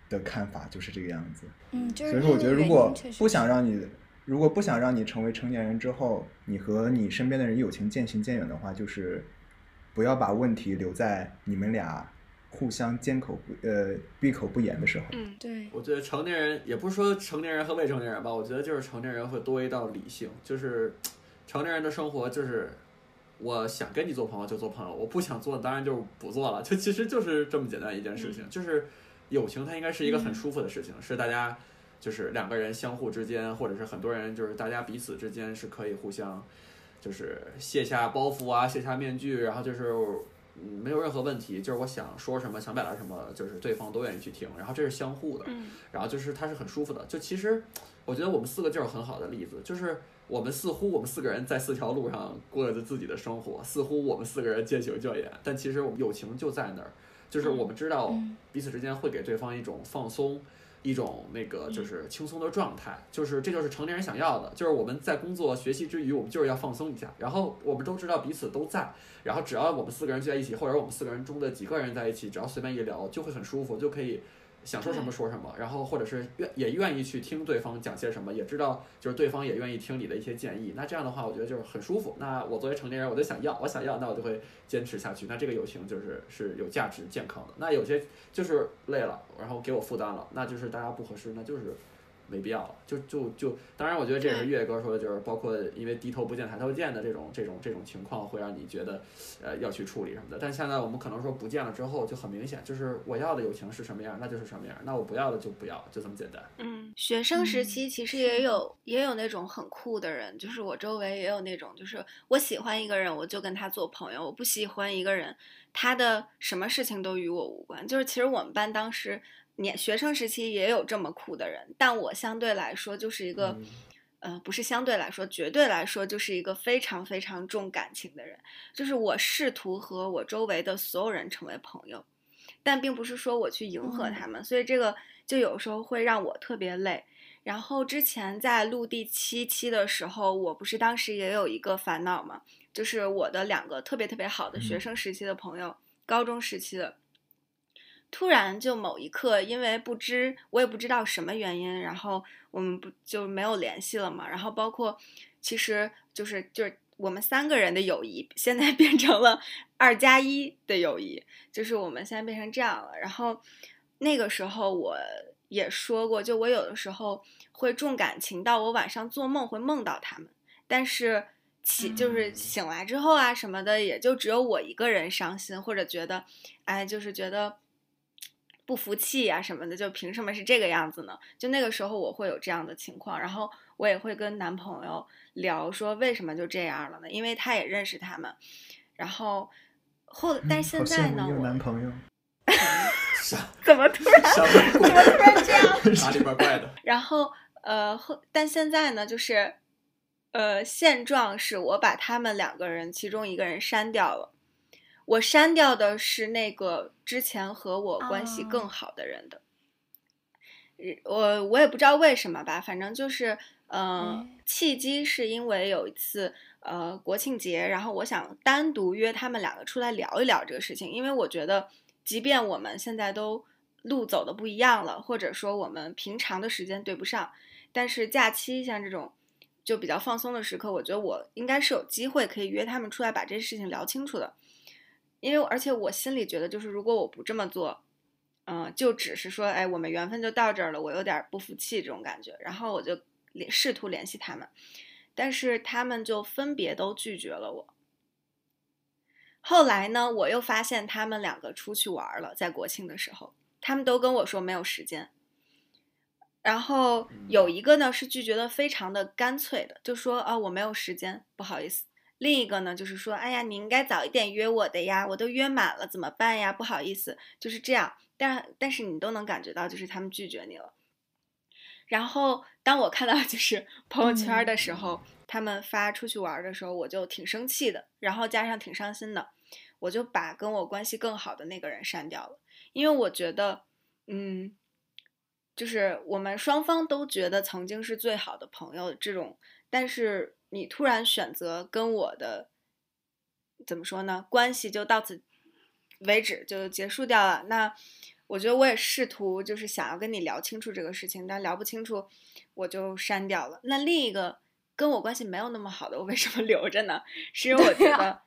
的看法就是这个样子。 嗯，就是所以说我觉得如果不想让让你如果不想让你成为成年人之后你和你身边的人友情渐行渐远的话，就是不要把问题留在你们俩互相缄口不呃闭口不言的时候。 嗯， 对， 我觉得成年人也不是说成年人和未成年人吧，我觉得就是成年人会多一道理性，就是成年人的生活就是我想跟你做朋友就做朋友，我不想做当然就不做了，就其实就是这么简单一件事情。就是友情它应该是一个很舒服的事情，是大家就是两个人相互之间，或者是很多人就是大家彼此之间是可以互相就是卸下包袱啊，卸下面具，然后就是嗯没有任何问题，就是我想说什么想表达什么，就是对方都愿意去听，然后这是相互的， 嗯， 然后就是它是很舒服的。就其实我觉得我们四个就是很好的例子，就是我们似乎我们四个人在四条路上过着自己的生活，似乎我们四个人渐行渐远，但其实我们友情就在那儿，就是我们知道彼此之间会给对方一种放松，一种那个就是轻松的状态，就是这就是成年人想要的，就是我们在工作学习之余，我们就是要放松一下，然后我们都知道彼此都在，然后只要我们四个人聚在一起，或者我们四个人中的几个人在一起，只要随便一聊，就会很舒服，就可以想说什么说什么，然后或者是愿也愿意去听对方讲些什么，也知道就是对方也愿意听你的一些建议，那这样的话我觉得就是很舒服。那我作为成年人我就想要我想要那我就会坚持下去，那这个友情就是是有价值健康的。那有些就是累了然后给我负担了，那就是大家不合适，那就是没必要了，就就就当然我觉得这也是月哥说的，就是包括因为低头不见抬头见的这种这种这种情况会让你觉得呃要去处理什么的，但现在我们可能说不见了之后就很明显，就是我要的友情是什么样那就是什么样，那我不要的就不要，就这么简单。 嗯，学生时期其实也有、嗯、也有那种很酷的人，就是我周围也有那种，就是我喜欢一个人我就跟他做朋友，我不喜欢一个人他的什么事情都与我无关。就是其实我们班当时年学生时期也有这么酷的人，但我相对来说就是一个、嗯、呃，不是相对来说，绝对来说就是一个非常非常重感情的人。就是我试图和我周围的所有人成为朋友，但并不是说我去迎合他们、嗯、所以这个就有时候会让我特别累。然后之前在录第七期的时候，我不是当时也有一个烦恼吗？就是我的两个特别特别好的学生时期的朋友、嗯、高中时期的突然就某一刻因为不知我也不知道什么原因，然后我们不就没有联系了嘛。然后包括其实就是就是我们三个人的友谊现在变成了二加一的友谊，就是我们现在变成这样了。然后那个时候我也说过，就我有的时候会重感情到我晚上做梦会梦到他们，但是起就是醒来之后啊什么的也就只有我一个人伤心，或者觉得哎就是觉得不服气啊什么的，就凭什么是这个样子呢？就那个时候我会有这样的情况，然后我也会跟男朋友聊说为什么就这样了呢？因为他也认识他们，然后后但是现在呢， 嗯、我有男朋友， 怎么突然怎么突然这样？ 哪里怪怪的？ 然后呃后但现在呢，就是呃现状是我把他们两个人其中一个人删掉了。我删掉的是那个之前和我关系更好的人的， oh. 我我也不知道为什么吧，反正就是呃、嗯、契机是因为有一次呃国庆节，然后我想单独约他们两个出来聊一聊这个事情，因为我觉得即便我们现在都路走的不一样了，或者说我们平常的时间对不上，但是假期像这种就比较放松的时刻，我觉得我应该是有机会可以约他们出来把这事情聊清楚的。因为而且我心里觉得就是如果我不这么做嗯、呃，就只是说哎我们缘分就到这儿了，我有点不服气这种感觉，然后我就试图联系他们，但是他们就分别都拒绝了我。后来呢我又发现他们两个出去玩了，在国庆的时候他们都跟我说没有时间，然后有一个呢是拒绝的非常的干脆的，就说啊我没有时间不好意思。另一个呢就是说哎呀你应该早一点约我的呀，我都约满了怎么办呀，不好意思，就是这样。但但是你都能感觉到就是他们拒绝你了。然后当我看到就是朋友圈的时候、嗯、他们发出去玩的时候，我就挺生气的，然后加上挺伤心的，我就把跟我关系更好的那个人删掉了。因为我觉得嗯就是我们双方都觉得曾经是最好的朋友这种，但是你突然选择跟我的怎么说呢关系就到此为止就结束掉了，那我觉得我也试图就是想要跟你聊清楚这个事情，但聊不清楚我就删掉了。那另一个跟我关系没有那么好的，我为什么留着呢？是因为我觉得，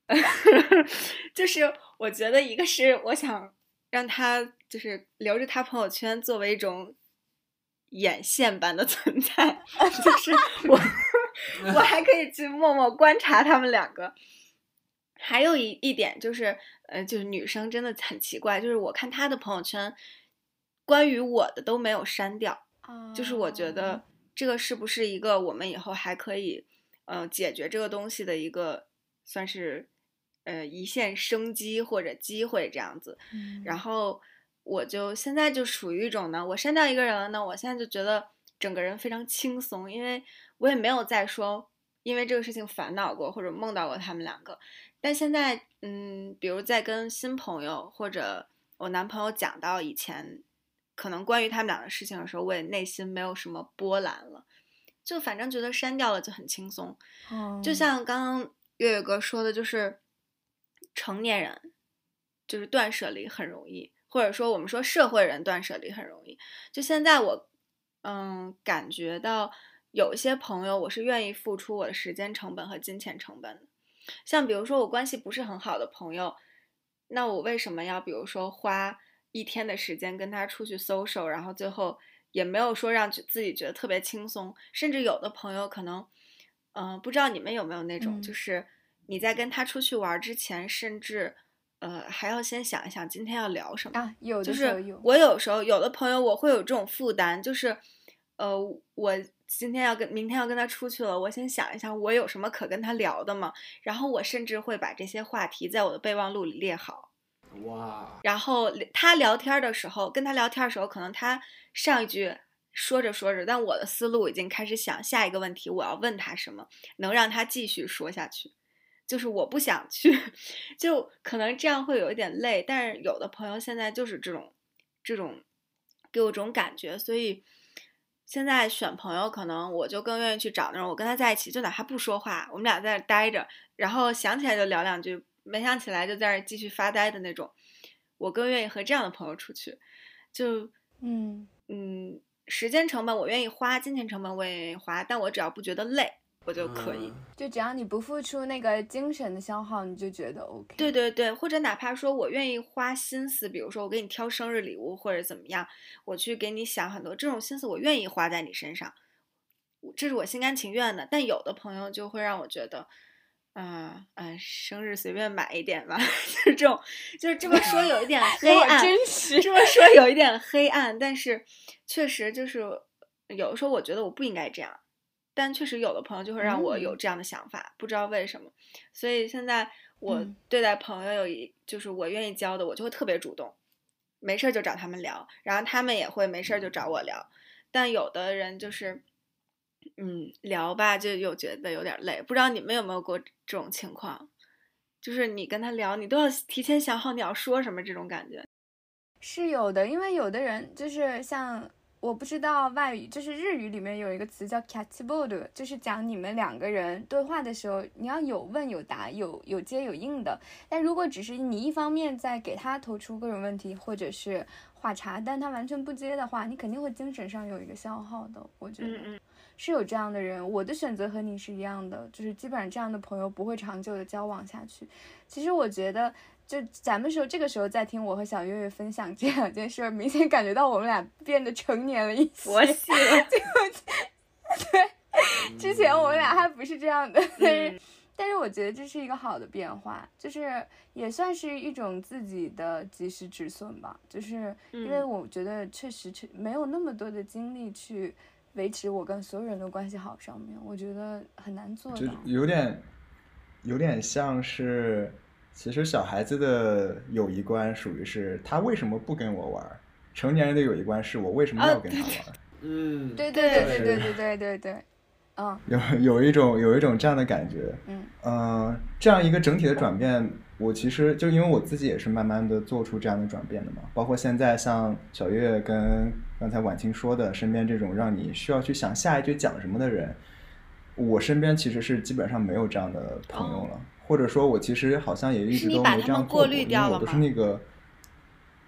就是我觉得一个是我想让他就是留着他朋友圈作为一种眼线般的存在，就是我我还可以去默默观察他们两个。还有一一点就是，呃，就是女生真的很奇怪，就是我看她的朋友圈，关于我的都没有删掉， 哦就是我觉得这个是不是一个我们以后还可以，呃，解决这个东西的一个算是，呃，一线生机或者机会这样子。 嗯然后我就现在就属于一种呢，我删掉一个人了呢，我现在就觉得整个人非常轻松，因为我也没有再说因为这个事情烦恼过或者梦到过他们两个。但现在，嗯，比如在跟新朋友或者我男朋友讲到以前可能关于他们俩的事情的时候，我也内心没有什么波澜了，就反正觉得删掉了就很轻松。 哦就像刚刚月月哥说的，就是成年人就是断舍离很容易，或者说我们说社会人断舍离很容易。就现在我，嗯，感觉到有一些朋友，我是愿意付出我的时间成本和金钱成本的。像比如说我关系不是很好的朋友，那我为什么要比如说花一天的时间跟他出去 social， 然后最后也没有说让自己觉得特别轻松。甚至有的朋友可能嗯、呃，不知道你们有没有那种、嗯、就是你在跟他出去玩之前，甚至呃还要先想一想今天要聊什么啊。有的时候有， 就是我有时候有的朋友我会有这种负担，就是呃我今天要跟明天要跟他出去了，我先想一下我有什么可跟他聊的嘛，然后我甚至会把这些话题在我的备忘录里列好。 哇！ 然后他聊天的时候，跟他聊天的时候，可能他上一句说着说着，但我的思路已经开始想下一个问题我要问他什么，能让他继续说下去。就是我不想去，就可能这样会有一点累，但是有的朋友现在就是这种这种给我这种感觉，所以现在选朋友，可能我就更愿意去找那种我跟他在一起，就哪怕不说话，我们俩在那待着，然后想起来就聊两句，没想起来就在那继续发呆的那种。我更愿意和这样的朋友出去，就嗯嗯，时间成本我愿意花，金钱成本我也愿意花，但我只要不觉得累，我就可以。 嗯、 就只要你不付出那个精神的消耗，你就觉得 OK。 对对对，或者哪怕说我愿意花心思，比如说我给你挑生日礼物或者怎么样，我去给你想很多，这种心思我愿意花在你身上，这是我心甘情愿的。但有的朋友就会让我觉得，嗯嗯，生日随便买一点吧，就是这种，就是这么说有一点黑暗， 真实， 这么说有一点黑暗，但是确实就是有的时候我觉得我不应该这样。但确实有的朋友就会让我有这样的想法、嗯、不知道为什么。所以现在我对待朋友有一就是我愿意交的，我就会特别主动，没事就找他们聊，然后他们也会没事就找我聊。但有的人就是嗯聊吧就又觉得有点累，不知道你们有没有过这种情况，就是你跟他聊你都要提前想好你要说什么，这种感觉是有的。因为有的人就是像我不知道外语，就是日语里面有一个词叫 catchboard， 就是讲你们两个人对话的时候，你要有问有答，有有接有应的。但如果只是你一方面在给他投出各种问题，或者是话茬，但他完全不接的话，你肯定会精神上有一个消耗的。我觉得是有这样的人，我的选择和你是一样的，就是基本上这样的朋友不会长久的交往下去。其实我觉得就咱们说这个时候再听我和小月月分享这两件事，明显感觉到我们俩变得成年了一些。 佛系了。 对，之前我们俩还不是这样的，但是、 嗯、 但是我觉得这是一个好的变化，就是也算是一种自己的及时止损吧。就是因为我觉得确实没有那么多的精力去维持我跟所有人的关系好上面，我觉得很难做到。 就有点有点像是。其实小孩子的友谊观属于是他为什么不跟我玩，成年人的友谊观是我为什么要跟他玩。 哦、 嗯， 对对对对对对对对对，嗯， 有有一种有一种这样的感觉， 嗯嗯、呃，这样一个整体的转变，我其实就因为我自己也是慢慢的做出这样的转变的嘛，包括现在像小月跟刚才婉清说的，身边这种让你需要去想下一句讲什么的人，我身边其实是基本上没有这样的朋友了。哦，或者说我其实好像也一直都没这样做过，因为我都是那个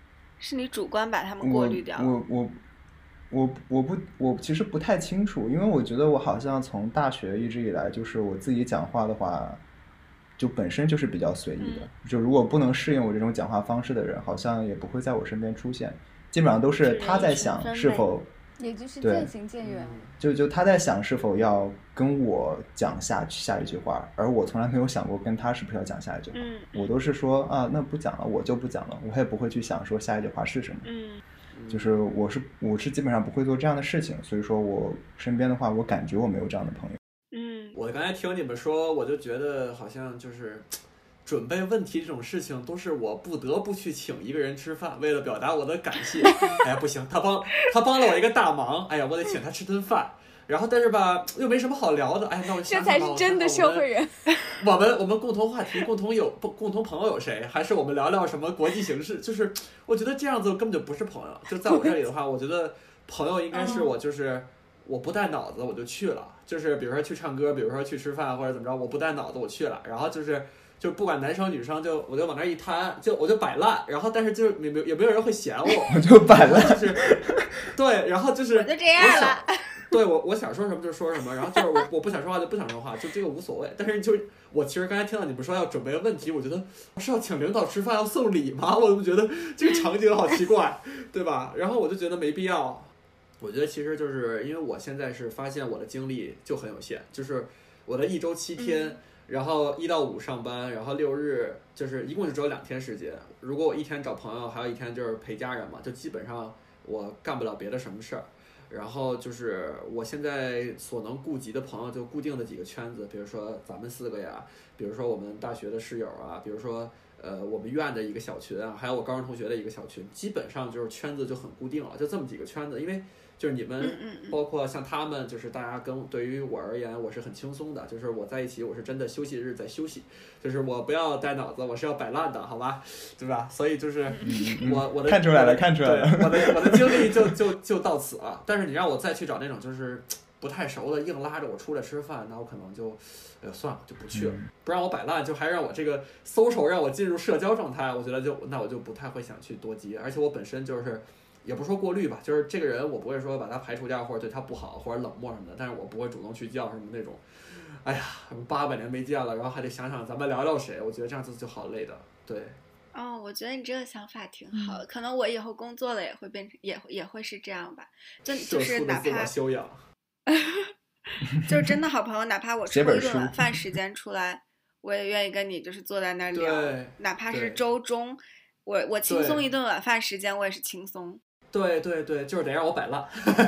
是你主观把他们过滤掉了。 我我我我不我其实不太清楚，因为我觉得我好像从大学一直以来，就是我自己讲话的话，就本身就是比较随意的。嗯、就如果不能适应我这种讲话方式的人，好像也不会在我身边出现。基本上都是他在想是否， 也就是渐行渐远。 就就他在想是否要跟我讲下下一句话，而我从来没有想过跟他是不是要讲下一句话。 嗯、 我都是说啊，那不讲了，我就不讲了，我也不会去想说下一句话是什么。 嗯。 就是我是我是基本上不会做这样的事情，所以说我身边的话，我感觉我没有这样的朋友。 嗯， 我刚才听你们说，我就觉得好像就是准备问题这种事情，都是我不得不去请一个人吃饭，为了表达我的感谢。哎呀，不行，他帮他帮了我一个大忙，哎呀，我得请他吃顿饭。然后但是吧，又没什么好聊的，哎，那我想想吧， 这才是真的社会人。 我们我们共同话题、共同有共同朋友有谁？还是我们聊聊什么国际形势？就是我觉得这样子根本就不是朋友。就在我这里的话，我觉得朋友应该是我就是我不带脑子我就去了，就是比如说去唱歌，比如说去吃饭或者怎么着，我不带脑子我去了，然后就是就不管男生女生，就我就往那一摊，就我就摆烂，然后但是就是也没也没有人会嫌我， 我就摆烂， 就是对，然后就是我就这样了。 对我，我想说什么就说什么，然后就是我我不想说话就不想说话，就这个无所谓。但是就是我其实刚才听到你们说要准备问题，我觉得我是要请领导吃饭要送礼吗？我就觉得这个场景好奇怪，对吧？然后我就觉得没必要。我觉得其实就是因为我现在是发现我的精力就很有限，就是我的一周七天，嗯、然后一到五上班，然后六日就是一共就只有两天时间。如果我一天找朋友，还有一天就是陪家人嘛，就基本上我干不了别的什么事儿。然后就是我现在所能顾及的朋友就固定的几个圈子，比如说咱们四个呀，比如说我们大学的室友啊，比如说呃我们院的一个小群啊，还有我高中同学的一个小群，基本上就是圈子就很固定了，就这么几个圈子。因为就是你们包括像他们，就是大家跟对于我而言我是很轻松的，就是我在一起我是真的休息日在休息，就是我不要带脑子，我是要摆烂的，好吧，对吧？所以就是我我的看出来了看出来了， 我的我的经历就就就到此了。但是你让我再去找那种就是不太熟的硬拉着我出来吃饭，那我可能就呃算了就不去了。 嗯、 不让我摆烂，就还让我这个 social 让我进入社交状态，我觉得就那我就不太会想去多接，而且我本身就是也不说过滤吧，就是这个人我不会说把他排除掉或者对他不好或者冷漠什么的，但是我不会主动去叫什么那种哎呀八百年没见了，然后还得想想咱们聊聊谁，我觉得这样子就好累的。对哦，我觉得你这个想法挺好的，嗯、可能我以后工作了也会变成也也会是这样吧，就就是哪怕修养就是真的好朋友，哪怕我抽一顿晚饭时间出来，我也愿意跟你就是坐在那儿聊，哪怕是周中我我轻松一顿晚饭时间，我也是轻松。 对对对，就是得让我摆烂。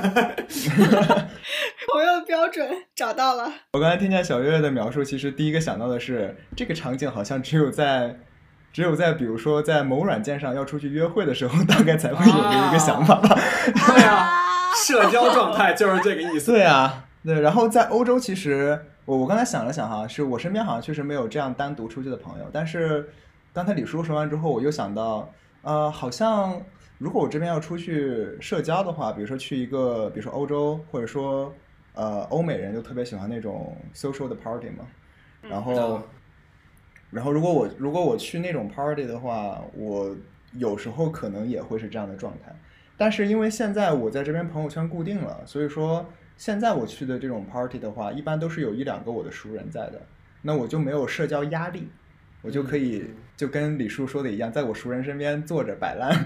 朋友标准找到了。 我刚才听见小月月的描述，其实第一个想到的是这个场景好像只有在只有在比如说在某软件上要出去约会的时候，大概才会有的一个想法吧。 啊对啊，社交状态就是这个意思。 对啊，对。然后在欧洲，其实我我刚才想了想哈，是我身边好像确实没有这样单独出去的朋友，但是刚才李叔说完之后，我又想到，呃，好像。如果我这边要出去社交的话，比如说去一个，比如说欧洲，或者说，呃，欧美人就特别喜欢那种 social 的 party 嘛。然后，嗯、然后如果我如果我去那种 party 的话，我有时候可能也会是这样的状态。但是因为现在我在这边朋友圈固定了，所以说现在我去的这种 party 的话，一般都是有一两个我的熟人在的，那我就没有社交压力。我就可以就跟李叔说的一样，在我熟人身边坐着摆烂。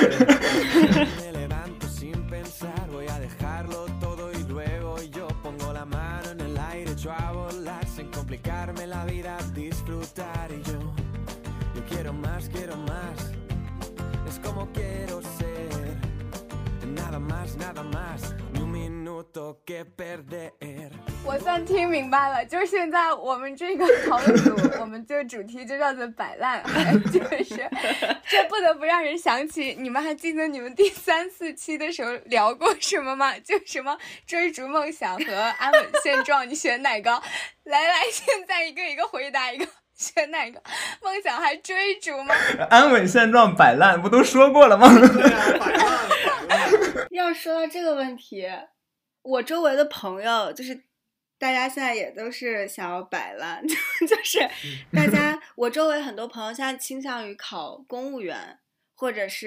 我算听明白了，就是现在我们这个讨论组，我们这个主题就叫做摆烂，就是这不得不让人想起，你们还记得你们第三四期的时候聊过什么吗？就什么追逐梦想和安稳现状，你选哪个？来来，现在一个一个回答一个。选哪个？梦想还追逐吗？ 安稳现状摆烂不都说过了吗？ 对啊，摆烂摆烂。 要说到这个问题，我周围的朋友就是大家现在也都是想要摆烂，就是大家我周围很多朋友现在倾向于考公务员，或者是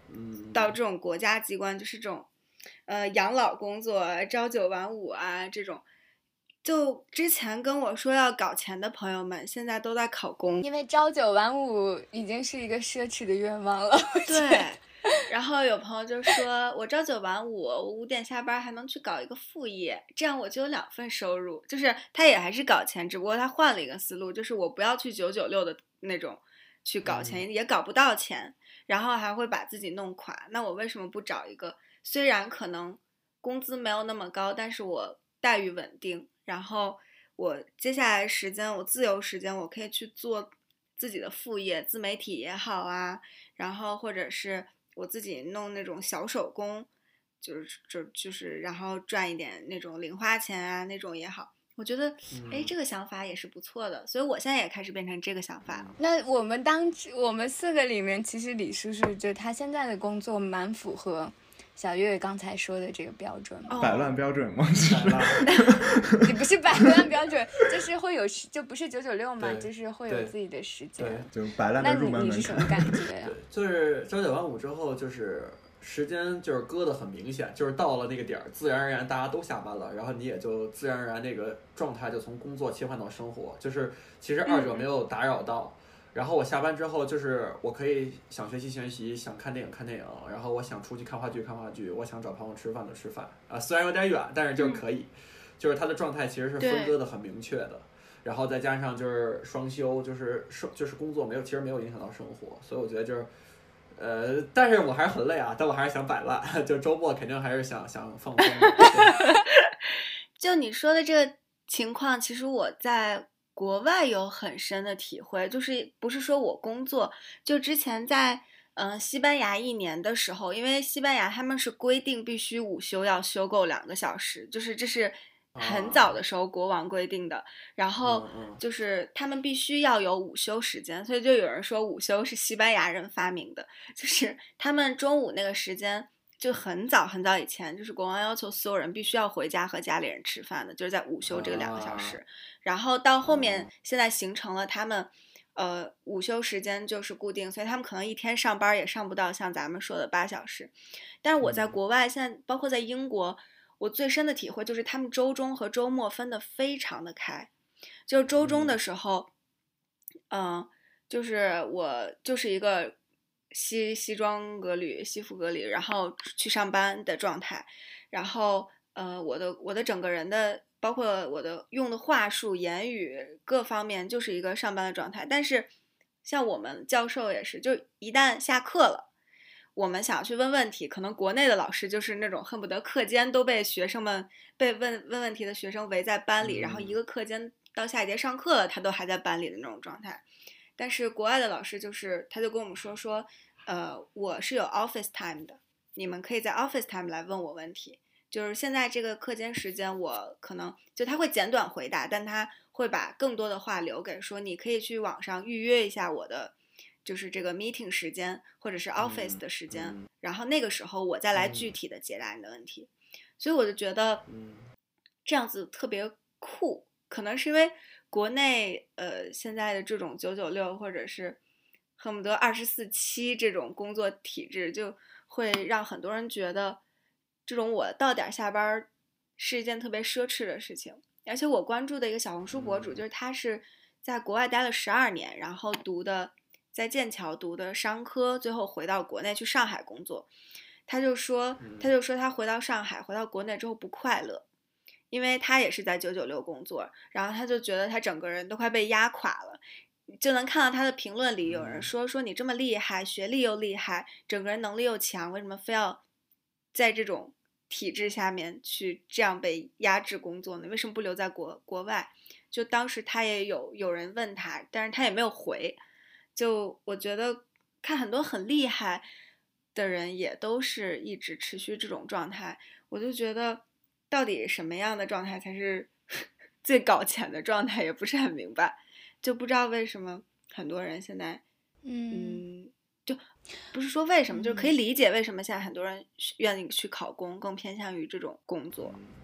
嗯， 到这种国家机关，就是这种呃养老工作，朝九晚五啊这种。就之前跟我说要搞钱的朋友们，现在都在考公， 因为朝九晚五已经是一个奢侈的愿望了。 对，然后有朋友就说，我朝九晚五，我五点下班还能去搞一个副业，这样我就有两份收入。就是他也还是搞钱，只不过他换了一个思路，就是我不要去九九六的那种去搞钱， 嗯、 也搞不到钱，然后还会把自己弄垮。那我为什么不找一个虽然可能工资没有那么高，但是我待遇稳定，然后我接下来时间我自由时间我可以去做自己的副业，自媒体也好啊，然后或者是我自己弄那种小手工，就是就就是然后赚一点那种零花钱啊那种也好，我觉得哎、 嗯、 这个想法也是不错的，所以我现在也开始变成这个想法了。 那我们当我们四个里面，其实李叔叔就他现在的工作蛮符合小月月刚才说的这个标准吗？ 摆烂标准吗？ 摆烂也不是摆烂标准，就是会有就不是九九六嘛， 对就是会有对自己的时间。 就摆烂那的入门你你门槛。 是什么感觉呀、 对，就是朝九晚五之后，就是时间就是割得很明显，就是到了那个点儿，自然而然大家都下班了，然后你也就自然而然那个状态就从工作切换到生活，就是其实二者没有打扰到。嗯、然后我下班之后，就是我可以想学习学习，想看电影看电影，然后我想出去看话剧看话剧，我想找朋友吃饭的吃饭啊、呃，虽然有点远，但是就是可以，嗯、就是他的状态其实是分割的很明确的。然后再加上就是双休，就是生就是工作没有，其实没有影响到生活，所以我觉得就是，呃，但是我还是很累啊，但我还是想摆烂，就周末肯定还是想想放松。 就你说的这个情况，其实我在国外有很深的体会，就是不是说我工作，就之前在嗯、呃、西班牙一年的时候，因为西班牙他们是规定必须午休要休够两个小时，就是这是很早的时候国王规定的，然后就是他们必须要有午休时间，所以就有人说午休是西班牙人发明的，就是他们中午那个时间就很早很早以前，就是国王要求所有人必须要回家和家里人吃饭的，就是在午休这个两个小时，然后到后面现在形成了他们呃午休时间就是固定，所以他们可能一天上班也上不到像咱们说的八小时，但是我在国外现在包括在英国，我最深的体会就是他们周中和周末分得非常的开，就周中的时候，嗯、呃，就是我就是一个西西装革履、西服革履，然后去上班的状态，然后呃，我的我的整个人的，包括我的用的话术、言语各方面，就是一个上班的状态。但是像我们教授也是，就一旦下课了。我们想要去问问题，可能国内的老师就是那种恨不得课间都被学生们被问问问题的学生围在班里，嗯、然后一个课间到下一节上课了，他都还在班里的那种状态。但是国外的老师就是，他就跟我们说说，呃，我是有 office time 的，你们可以在 office time 来问我问题。就是现在这个课间时间，我可能就他会简短回答，但他会把更多的话留给说，你可以去网上预约一下我的。就是这个 meeting 时间或者是 office 的时间、嗯嗯、然后那个时候我再来具体的解答你的问题、嗯、所以我就觉得这样子特别酷，可能是因为国内呃现在的这种九九六或者是恨不得二十四七这种工作体制，就会让很多人觉得这种我到点下班是一件特别奢侈的事情。而且我关注的一个小红书博主、嗯、就是他是在国外待了十二年，然后读的在剑桥读的商科，最后回到国内去上海工作。他就说，他就说他回到上海，回到国内之后不快乐，因为他也是在九九六工作，然后他就觉得他整个人都快被压垮了。就能看到他的评论里有人说，说你这么厉害，学历又厉害，整个人能力又强，为什么非要在这种体制下面去这样被压制工作呢？为什么不留在国国外？就当时他也有有人问他，但是他也没有回。就我觉得看很多很厉害的人也都是一直持续这种状态，我就觉得到底什么样的状态才是最搞钱的状态也不是很明白，就不知道为什么很多人现在嗯, 嗯就不是说为什么、嗯、就是可以理解为什么现在很多人愿意去考公，更偏向于这种工作。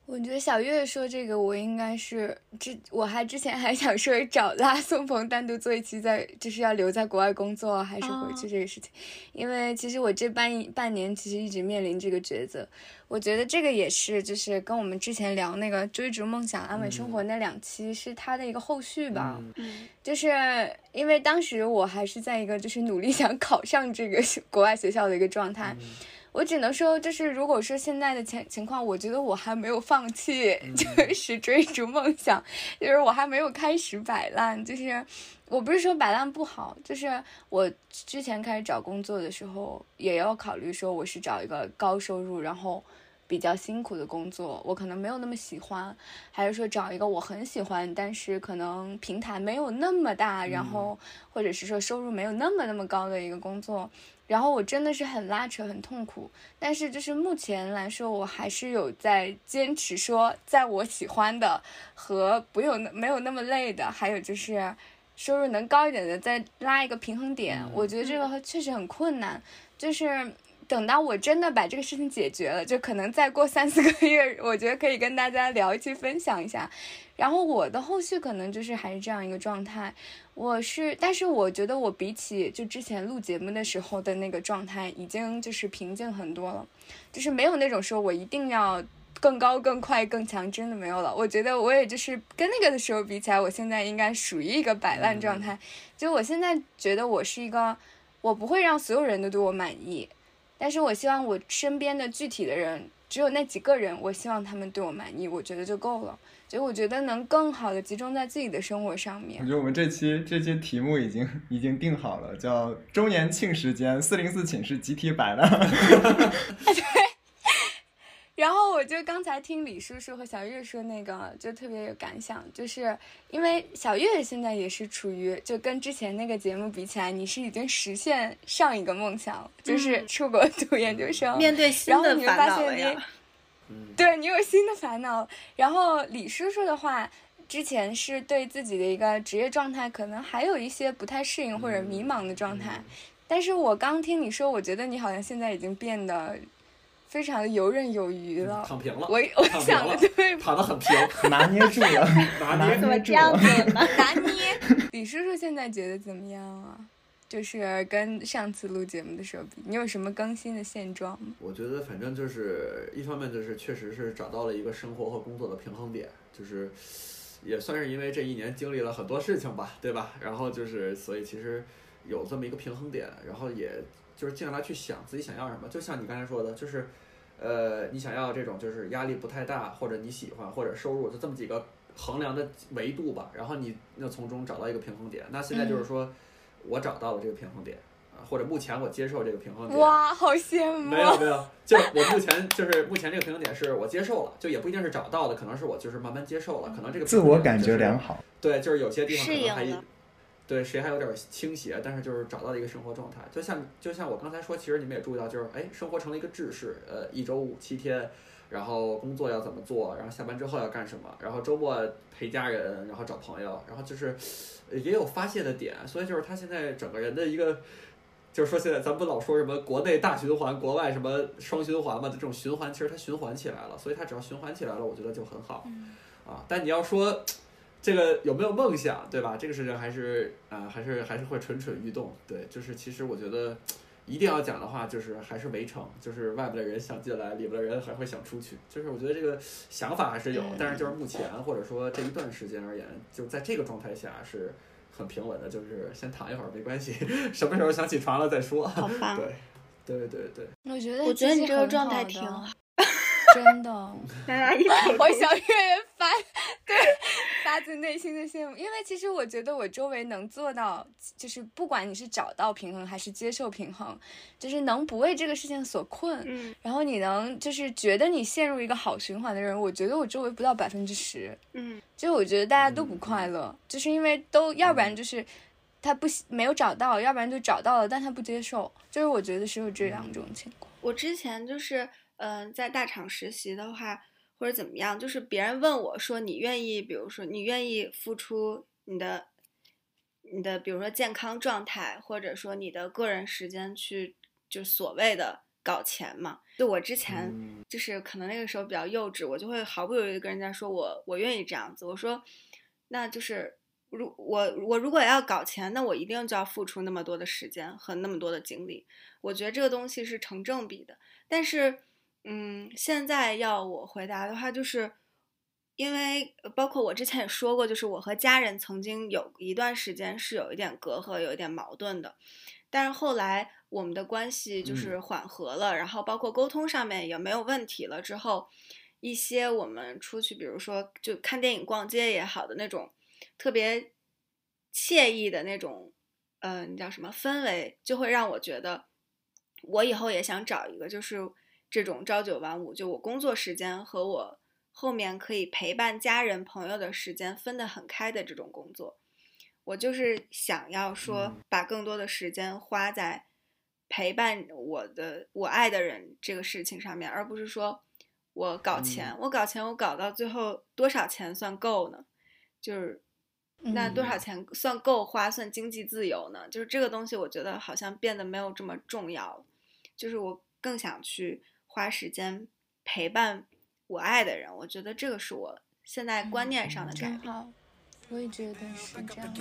我觉得小月说这个，我应该是之，我还之前还想说找拉宋鹏单独做一期在，就是要留在国外工作还是回去这个事情， oh. 因为其实我这半半年其实一直面临这个抉择。我觉得这个也是，就是跟我们之前聊那个追逐梦想、安稳生活那两期是它的一个后续吧。 嗯， 就是因为当时我还是在一个就是努力想考上这个国外学校的一个状态。嗯，我只能说，就是如果说现在的情情况，我觉得我还没有放弃，就是追逐梦想，就是我还没有开始摆烂。就是我不是说摆烂不好，就是我之前开始找工作的时候，也要考虑说我是找一个高收入，然后比较辛苦的工作，我可能没有那么喜欢，还是说找一个我很喜欢，但是可能平台没有那么大，然后或者是说收入没有那么那么高的一个工作。然后我真的是很拉扯很痛苦，但是就是目前来说我还是有在坚持说在我喜欢的和不有没有那么累的，还有就是收入能高一点的再拉一个平衡点。我觉得这个确实很困难，就是等到我真的把这个事情解决了，就可能再过三四个月，我觉得可以跟大家聊一期分享一下。然后我的后续可能就是还是这样一个状态，我是，但是我觉得我比起就之前录节目的时候的那个状态，已经就是平静很多了，就是没有那种说我一定要更高更快更强，真的没有了。我觉得我也就是跟那个的时候比起来，我现在应该属于一个摆烂状态。就我现在觉得我是一个，我不会让所有人都对我满意，但是我希望我身边的具体的人，只有那几个人，我希望他们对我满意，我觉得就够了。所以我觉得能更好的集中在自己的生活上面。 我觉得我们这期这期题目已经已经定好了，叫周年庆时间四零四寝室集体摆烂。 对。然后我就刚才听李叔叔和小月说那个，就特别有感想，就是因为小月现在也是处于就跟之前那个节目比起来，你是已经实现上一个梦想了，就是出国读研究生， 嗯、面对新的烦恼了呀。 对，你有新的烦恼。然后李叔叔的话，之前是对自己的一个职业状态可能还有一些不太适应或者迷茫的状态，但是我刚听你说，我觉得你好像现在已经变得非常的游刃有余了， 躺平了。 我我想的对， 躺得很平， 拿捏住了， 拿捏怎么这样子呢？ 拿捏。李叔叔现在觉得怎么样啊？就是跟上次录节目的时候比，你有什么更新的现状吗？ 我觉得反正就是一方面就是确实是找到了一个生活和工作的平衡点，就是也算是因为这一年经历了很多事情吧，对吧？然后就是所以其实有这么一个平衡点，然后也就是静下来去想自己想要什么。就像你刚才说的，就是呃你想要这种就是压力不太大，或者你喜欢，或者收入，就这么几个衡量的维度吧，然后你那从中找到一个平衡点。那现在就是说、嗯我找到了这个平衡点啊，或者目前我接受这个平衡点。 哇，好羡慕！ 没有没有，就我目前就是目前这个平衡点是我接受了，就也不一定是找到的，可能是我就是慢慢接受了，可能这个、就是、 自我感觉良好。 对，就是有些地方可能还对谁还有点倾斜，但是就是找到了一个生活状态。就像就像我刚才说，其实你们也注意到，就是哎，生活成了一个制式，呃，一周五七天。然后工作要怎么做，然后下班之后要干什么，然后周末陪家人，然后找朋友，然后就是也有发泄的点，所以就是他现在整个人的一个，就是说现在咱们不老说什么国内大循环，国外什么双循环嘛，这种循环其实它循环起来了，所以它只要循环起来了，我觉得就很好， 嗯、 啊。但你要说这个有没有梦想，对吧？这个事情还是啊、呃，还是还是会蠢蠢欲动，对，就是其实我觉得。一定要讲的话，就是还是围城，就是外面的人想进来，里面的人还会想出去。就是我觉得这个想法还是有，但是就是目前或者说这一段时间而言，就在这个状态下是很平稳的，就是先躺一会儿没关系，什么时候想起床了再说。 好棒！ 对，对对对。 我觉得我觉得你这个状态挺好。 真的，我小月发对发自内心的羡慕，因为其实我觉得我周围能做到，就是不管你是找到平衡还是接受平衡，就是能不为这个事情所困， 嗯， 然后你能就是觉得你陷入一个好循环的人，我觉得我周围不到百分之十， 嗯， 就我觉得大家都不快乐，嗯、就是因为都要不然就是他不没有找到，要不然就找到了，但他不接受，就是我觉得是有这两种情况。 我之前就是。嗯、呃，在大厂实习的话，或者怎么样，就是别人问我说，你愿意，比如说你愿意付出你的，你的，比如说健康状态，或者说你的个人时间去，就所谓的搞钱嘛。 就我之前嗯就是可能那个时候比较幼稚，我就会毫不犹豫地跟人家说我我愿意这样子。我说，那就是如我我如果要搞钱，那我一定就要付出那么多的时间和那么多的精力。我觉得这个东西是成正比的。但是，嗯，现在要我回答的话，就是因为包括我之前也说过，就是我和家人曾经有一段时间是有一点隔阂，有一点矛盾的。但是后来我们的关系就是缓和了，嗯、然后包括沟通上面也没有问题了之后，一些我们出去，比如说就看电影、逛街也好的那种特别惬意的那种，呃，你叫什么氛围，就会让我觉得，我以后也想找一个就是这种朝九晚五，就我工作时间和我后面可以陪伴家人朋友的时间分得很开的这种工作。我就是想要说，把更多的时间花在陪伴我的我爱的人这个事情上面，而不是说我搞钱，我搞钱，我搞到最后多少钱算够呢？就是那多少钱算够花，算经济自由呢？就是这个东西，我觉得好像变得没有这么重要了。就是我更想去花时间陪伴我爱的人，我觉得这个是我现在观念上的改变。 好，我也觉得是这样子。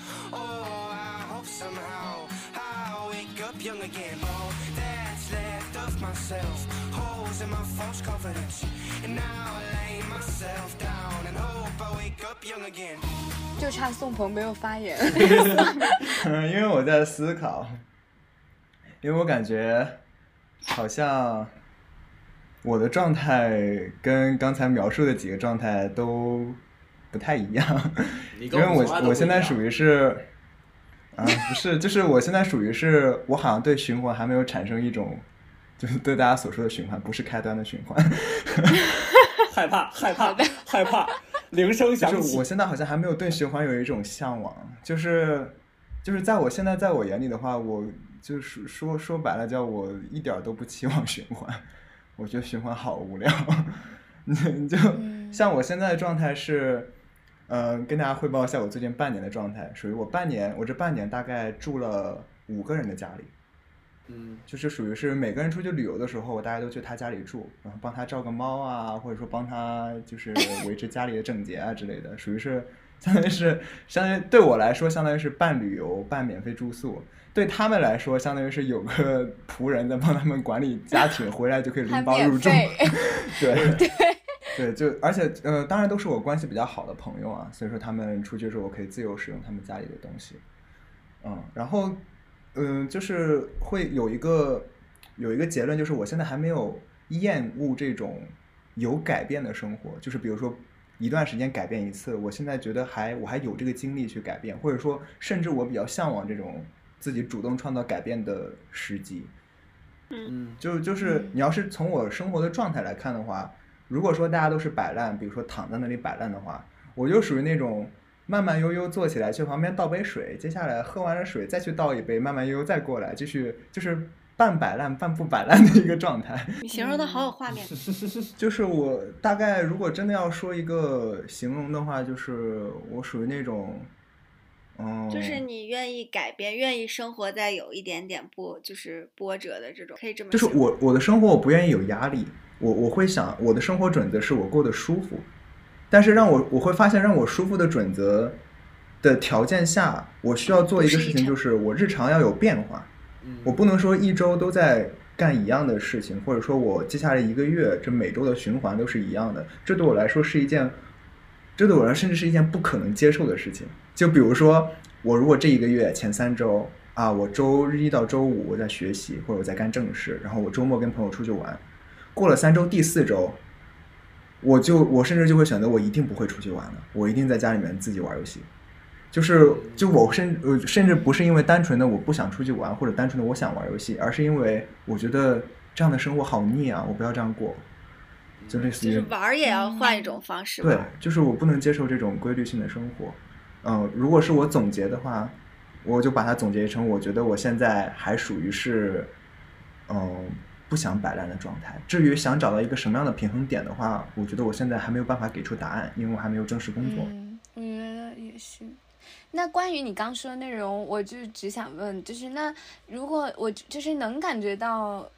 就差宋鹏没有发言。 因为我在思考，因为我感觉好像我的状态跟刚才描述的几个状态都不太一样，因为我我现在属于是，啊、呃、不是，就是我现在属于是，我好像对循环还没有产生一种，就是对大家所说的循环，不是开端的循环。 害怕害怕害怕，铃声响起。 就是我现在好像还没有对循环有一种向往，就是就是在我现在在我眼里的话，我就是说说白了，叫我一点都不期望循环，我觉得循环好无聊。你就像我现在的状态是。嗯、呃，跟大家汇报一下我最近半年的状态，属于我半年，我这半年大概住了五个人的家里， 嗯， 就是属于是每个人出去旅游的时候，大家都去他家里住，然后帮他照个猫啊，或者说帮他就是维持家里的整洁啊之类的，属于是相当于是相当于对我来说，相当于是半旅游半免费住宿，对他们来说，相当于是有个仆人在帮他们管理家庭，回来就可以拎包入住，对对。对，就而且呃，当然都是我关系比较好的朋友啊，所以说他们出去的时候，我可以自由使用他们家里的东西，嗯，然后嗯、呃，就是会有一个有一个结论，就是我现在还没有厌恶这种有改变的生活，就是比如说一段时间改变一次，我现在觉得还我还有这个精力去改变，或者说甚至我比较向往这种自己主动创造改变的时机， 嗯， 就就是你要是从我生活的状态来看的话。如果说大家都是摆烂，比如说躺在那里摆烂的话，我就属于那种慢慢悠悠坐起来去旁边倒杯水，接下来喝完了水再去倒一杯，慢慢悠悠再过来，继续就是半摆烂半不摆烂的一个状态。 你形容的好有画面。 就是我大概如果真的要说一个形容的话，就是我属于那种嗯， 就是你愿意改变，愿意生活在有一点点波，就是波折的这种，可以这么说。 就是我我的生活我不愿意有压力。我我会想，我的生活准则是我过得舒服，但是让我我会发现，让我舒服的准则的条件下，我需要做一个事情，就是我日常要有变化。我不能说一周都在干一样的事情，或者说我接下来一个月这每周的循环都是一样的，这对我来说是一件，这对我来说甚至是一件不可能接受的事情。就比如说，我如果这一个月前三周啊，我周日一到周五我在学习或者我在干正事，然后我周末跟朋友出去玩。过了三周，第四周，我就我甚至就会选择我一定不会出去玩了，我一定在家里面自己玩游戏。就是就我甚呃甚至不是因为单纯的我不想出去玩，或者单纯的我想玩游戏，而是因为我觉得这样的生活好腻啊，我不要这样过。就类似于就是玩也要换一种方式玩。 对，就是我不能接受这种规律性的生活。嗯、呃，如果是我总结的话，我就把它总结成，我觉得我现在还属于是，嗯、呃。不想摆烂的状态。至于想找到一个什么样的平衡点的话，我觉得我现在还没有办法给出答案，因为我还没有正式工作。 嗯，我觉得也是。那关于你刚说的内容，我就只想问，就是那如果我就是能感觉到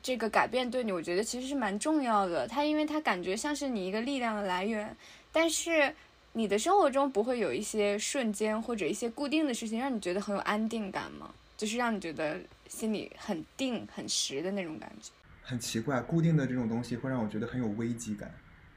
这个改变对你，我觉得其实是蛮重要的。它因为它感觉像是你一个力量的来源，但是你的生活中不会有一些瞬间或者一些固定的事情让你觉得很有安定感吗？就是让你觉得心里很定很实的那种感觉。 很奇怪，固定的这种东西会让我觉得很有危机感。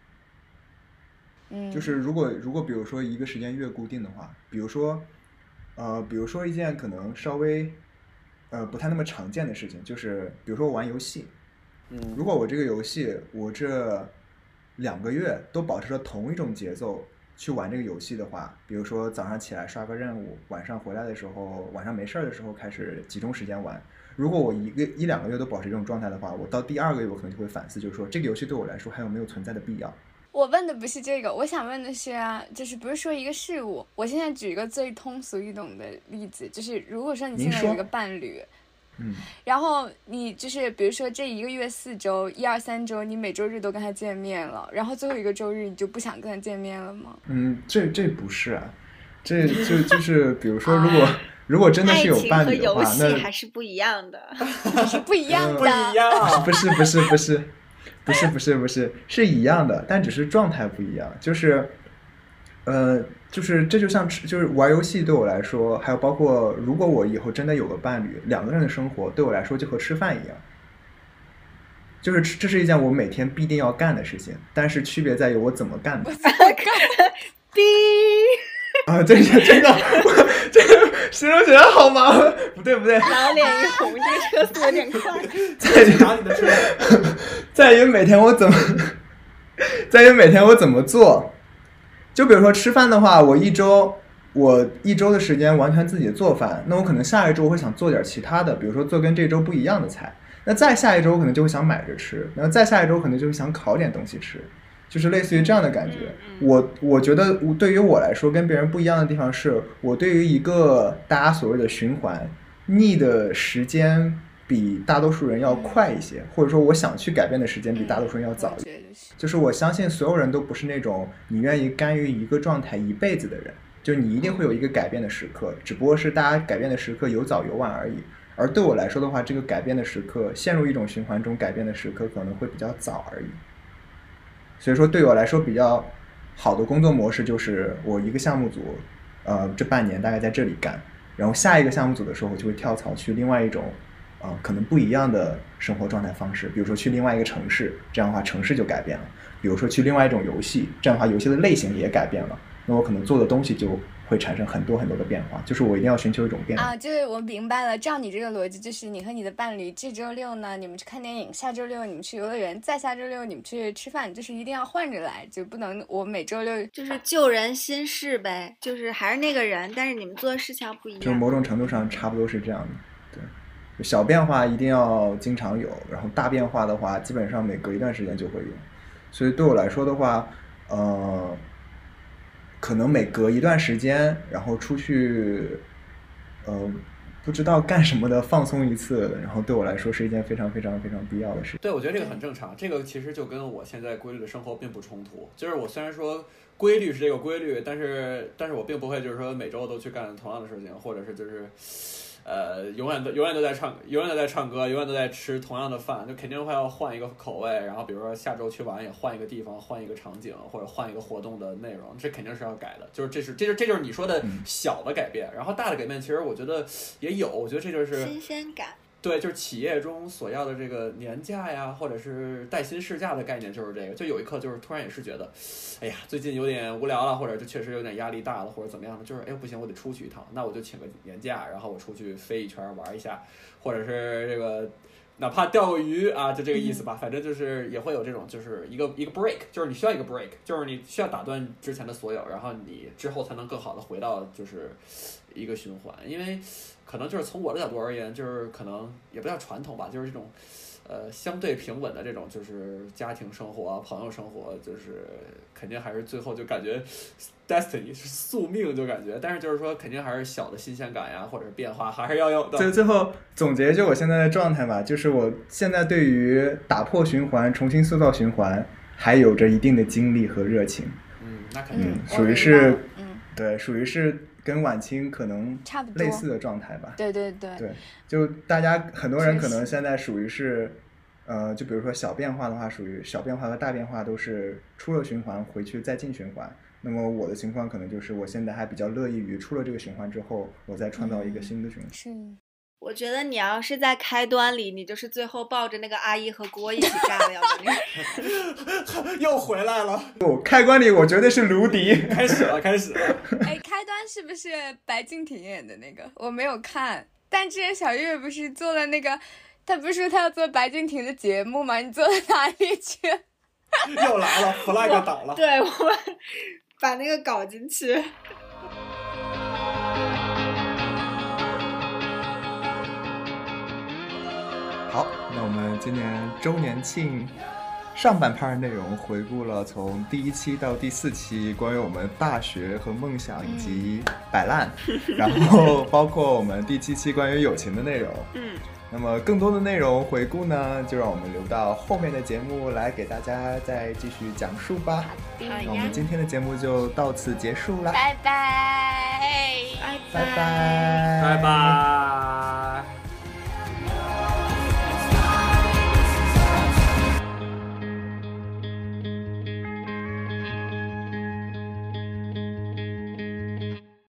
嗯， 就是如果如果比如说一个时间越固定的话，比如说呃比如说一件可能稍微呃不太那么常见的事情，就是比如说我玩游戏， 嗯， 如果我这个游戏我这两个月都保持着同一种节奏去玩这个游戏的话，比如说早上起来刷个任务，晚上回来的时候，晚上没事儿的时候开始集中时间玩。如果我一个一两个月都保持这种状态的话，我到第二个月我可能就会反思，就是说这个游戏对我来说还有没有存在的必要。 我问的不是这个，我想问的是啊，就是不是说一个事物，我现在举一个最通俗易懂的例子，就是如果说你现在有一个伴侣， 嗯， 然后你就是比如说这一个月四周，一二三周，你每周日都跟他见面了，然后最后一个周日你就不想跟他见面了吗？ 嗯，这这不是啊，这就就是比如说如果如果真的是有伴侣的话， 爱情和游戏那还是不一样的。 是不一样的， 不一样， 不是不是不是不是不是不是是一样的，但只是状态不一样。就是呃就是这就像吃就是玩游戏对我来说，还有包括如果我以后真的有个伴侣，两个人的生活对我来说就和吃饭一样，就是这是一件我每天必定要干的事情，但是区别在于我怎么干的。 逼啊，这是真的，这个形容起来好麻烦。不对不对， 老脸一红，这个车速有点快。 在于拿你的车， 在于每天我怎么，在于每天我怎么做。就比如说吃饭的话，我一周我一周的时间完全自己做饭，那我可能下一周我会想做点其他的，比如说做跟这周不一样的菜。那再下一周可能就会想买着吃，然后再下一周可能就会想烤点东西吃。就是类似于这样的感觉。我我觉得对于我来说跟别人不一样的地方是，我对于一个大家所谓的循环腻的时间比大多数人要快一些，或者说我想去改变的时间比大多数人要早一些。就是我相信所有人都不是那种你愿意甘于一个状态一辈子的人，就你一定会有一个改变的时刻，只不过是大家改变的时刻有早有晚而已。而对我来说的话，这个改变的时刻，陷入一种循环中改变的时刻可能会比较早而已。所以说对我来说比较好的工作模式就是我一个项目组呃，这半年大概在这里干，然后下一个项目组的时候我就会跳槽去另外一种呃，可能不一样的生活状态方式，比如说去另外一个城市，这样的话城市就改变了，比如说去另外一种游戏，这样的话游戏的类型也改变了，那我可能做的东西就会产生很多很多的变化，就是我一定要寻求一种变化啊。就是我明白了，照你这个逻辑，就是你和你的伴侣这周六呢你们去看电影，下周六你们去游乐园，再下周六你们去吃饭，就是一定要换着来，就不能我每周六就是旧人新事呗，就是还是那个人，但是你们做的事情不一样， 就某种程度上差不多是这样的。对，小变化一定要经常有，然后大变化的话基本上每隔一段时间就会有。所以对我来说的话呃可能每隔一段时间然后出去呃不知道干什么的放松一次，然后对我来说是一件非常非常非常必要的事情。 对，我觉得这个很正常，这个其实就跟我现在规律的生活并不冲突。就是我虽然说规律是这个规律，但是但是我并不会就是说每周都去干同样的事情，或者是就是呃永远都永远都在唱永远都在唱歌，永远都在吃同样的饭，就肯定会要换一个口味，然后比如说下周去玩也换一个地方，换一个场景，或者换一个活动的内容，这肯定是要改的。就是这是这就这就是你说的小的改变，然后大的改变其实我觉得也有，我觉得这就是新鲜感。 对，就是企业中所要的这个年假呀，或者是带薪事假的概念，就是这个。就有一刻，就是突然也是觉得，哎呀，最近有点无聊了，或者就确实有点压力大了，或者怎么样的，就是哎不行，我得出去一趟，那我就请个年假，然后我出去飞一圈玩一下，或者是这个哪怕钓个鱼啊，就这个意思吧。反正就是也会有这种，就是一个一个 break， 就是你需要一个 break， 就是你需要打断之前的所有，然后你之后才能更好的回到就是一个循环，因为。可能就是从我的角度而言，就是可能也不叫传统吧，就是这种，呃，相对平稳的这种，就是家庭生活、朋友生活，就是肯定还是最后就感觉 destiny 是宿命，就感觉，但是就是说肯定还是小的新鲜感呀，或者是变化还是要有的。 最最后总结就我现在的状态吧，就是我现在对于打破循环、重新塑造循环，还有着一定的精力和热情。 嗯，那肯定， 嗯，属于是， 嗯， 对，属于是。跟晚清可能差不多类似的状态吧。 对对对对，就大家很多人可能现在属于是， 呃，就比如说小变化的话，属于小变化和大变化都是出了循环回去再进循环。那么我的情况可能就是我现在还比较乐意于出了这个循环之后，我再创造一个新的循环。 嗯、是。 我觉得你要是在开端里，你就是最后抱着那个阿姨和锅一起炸的，要不然又回来了。 我开关里我绝对是卢迪。 开始了，开始了。 哎，开端是不是白敬亭演的那个？我没有看，但之前小月不是做了那个，他不是说他要做白敬亭的节目吗？你做到哪里去？ 又来了 ，flag 倒了。 对，我把那个搞进去。 好，那我们今年周年庆上半 part 内容回顾了从第一期到第四期关于我们大学和梦想以及摆烂，嗯、然后包括我们第七期关于友情的内容。 嗯， 那么更多的内容回顾呢，就让我们留到后面的节目来给大家再继续讲述吧。 好的， 那我们今天的节目就到此结束了， 拜拜， 拜拜拜， 拜拜。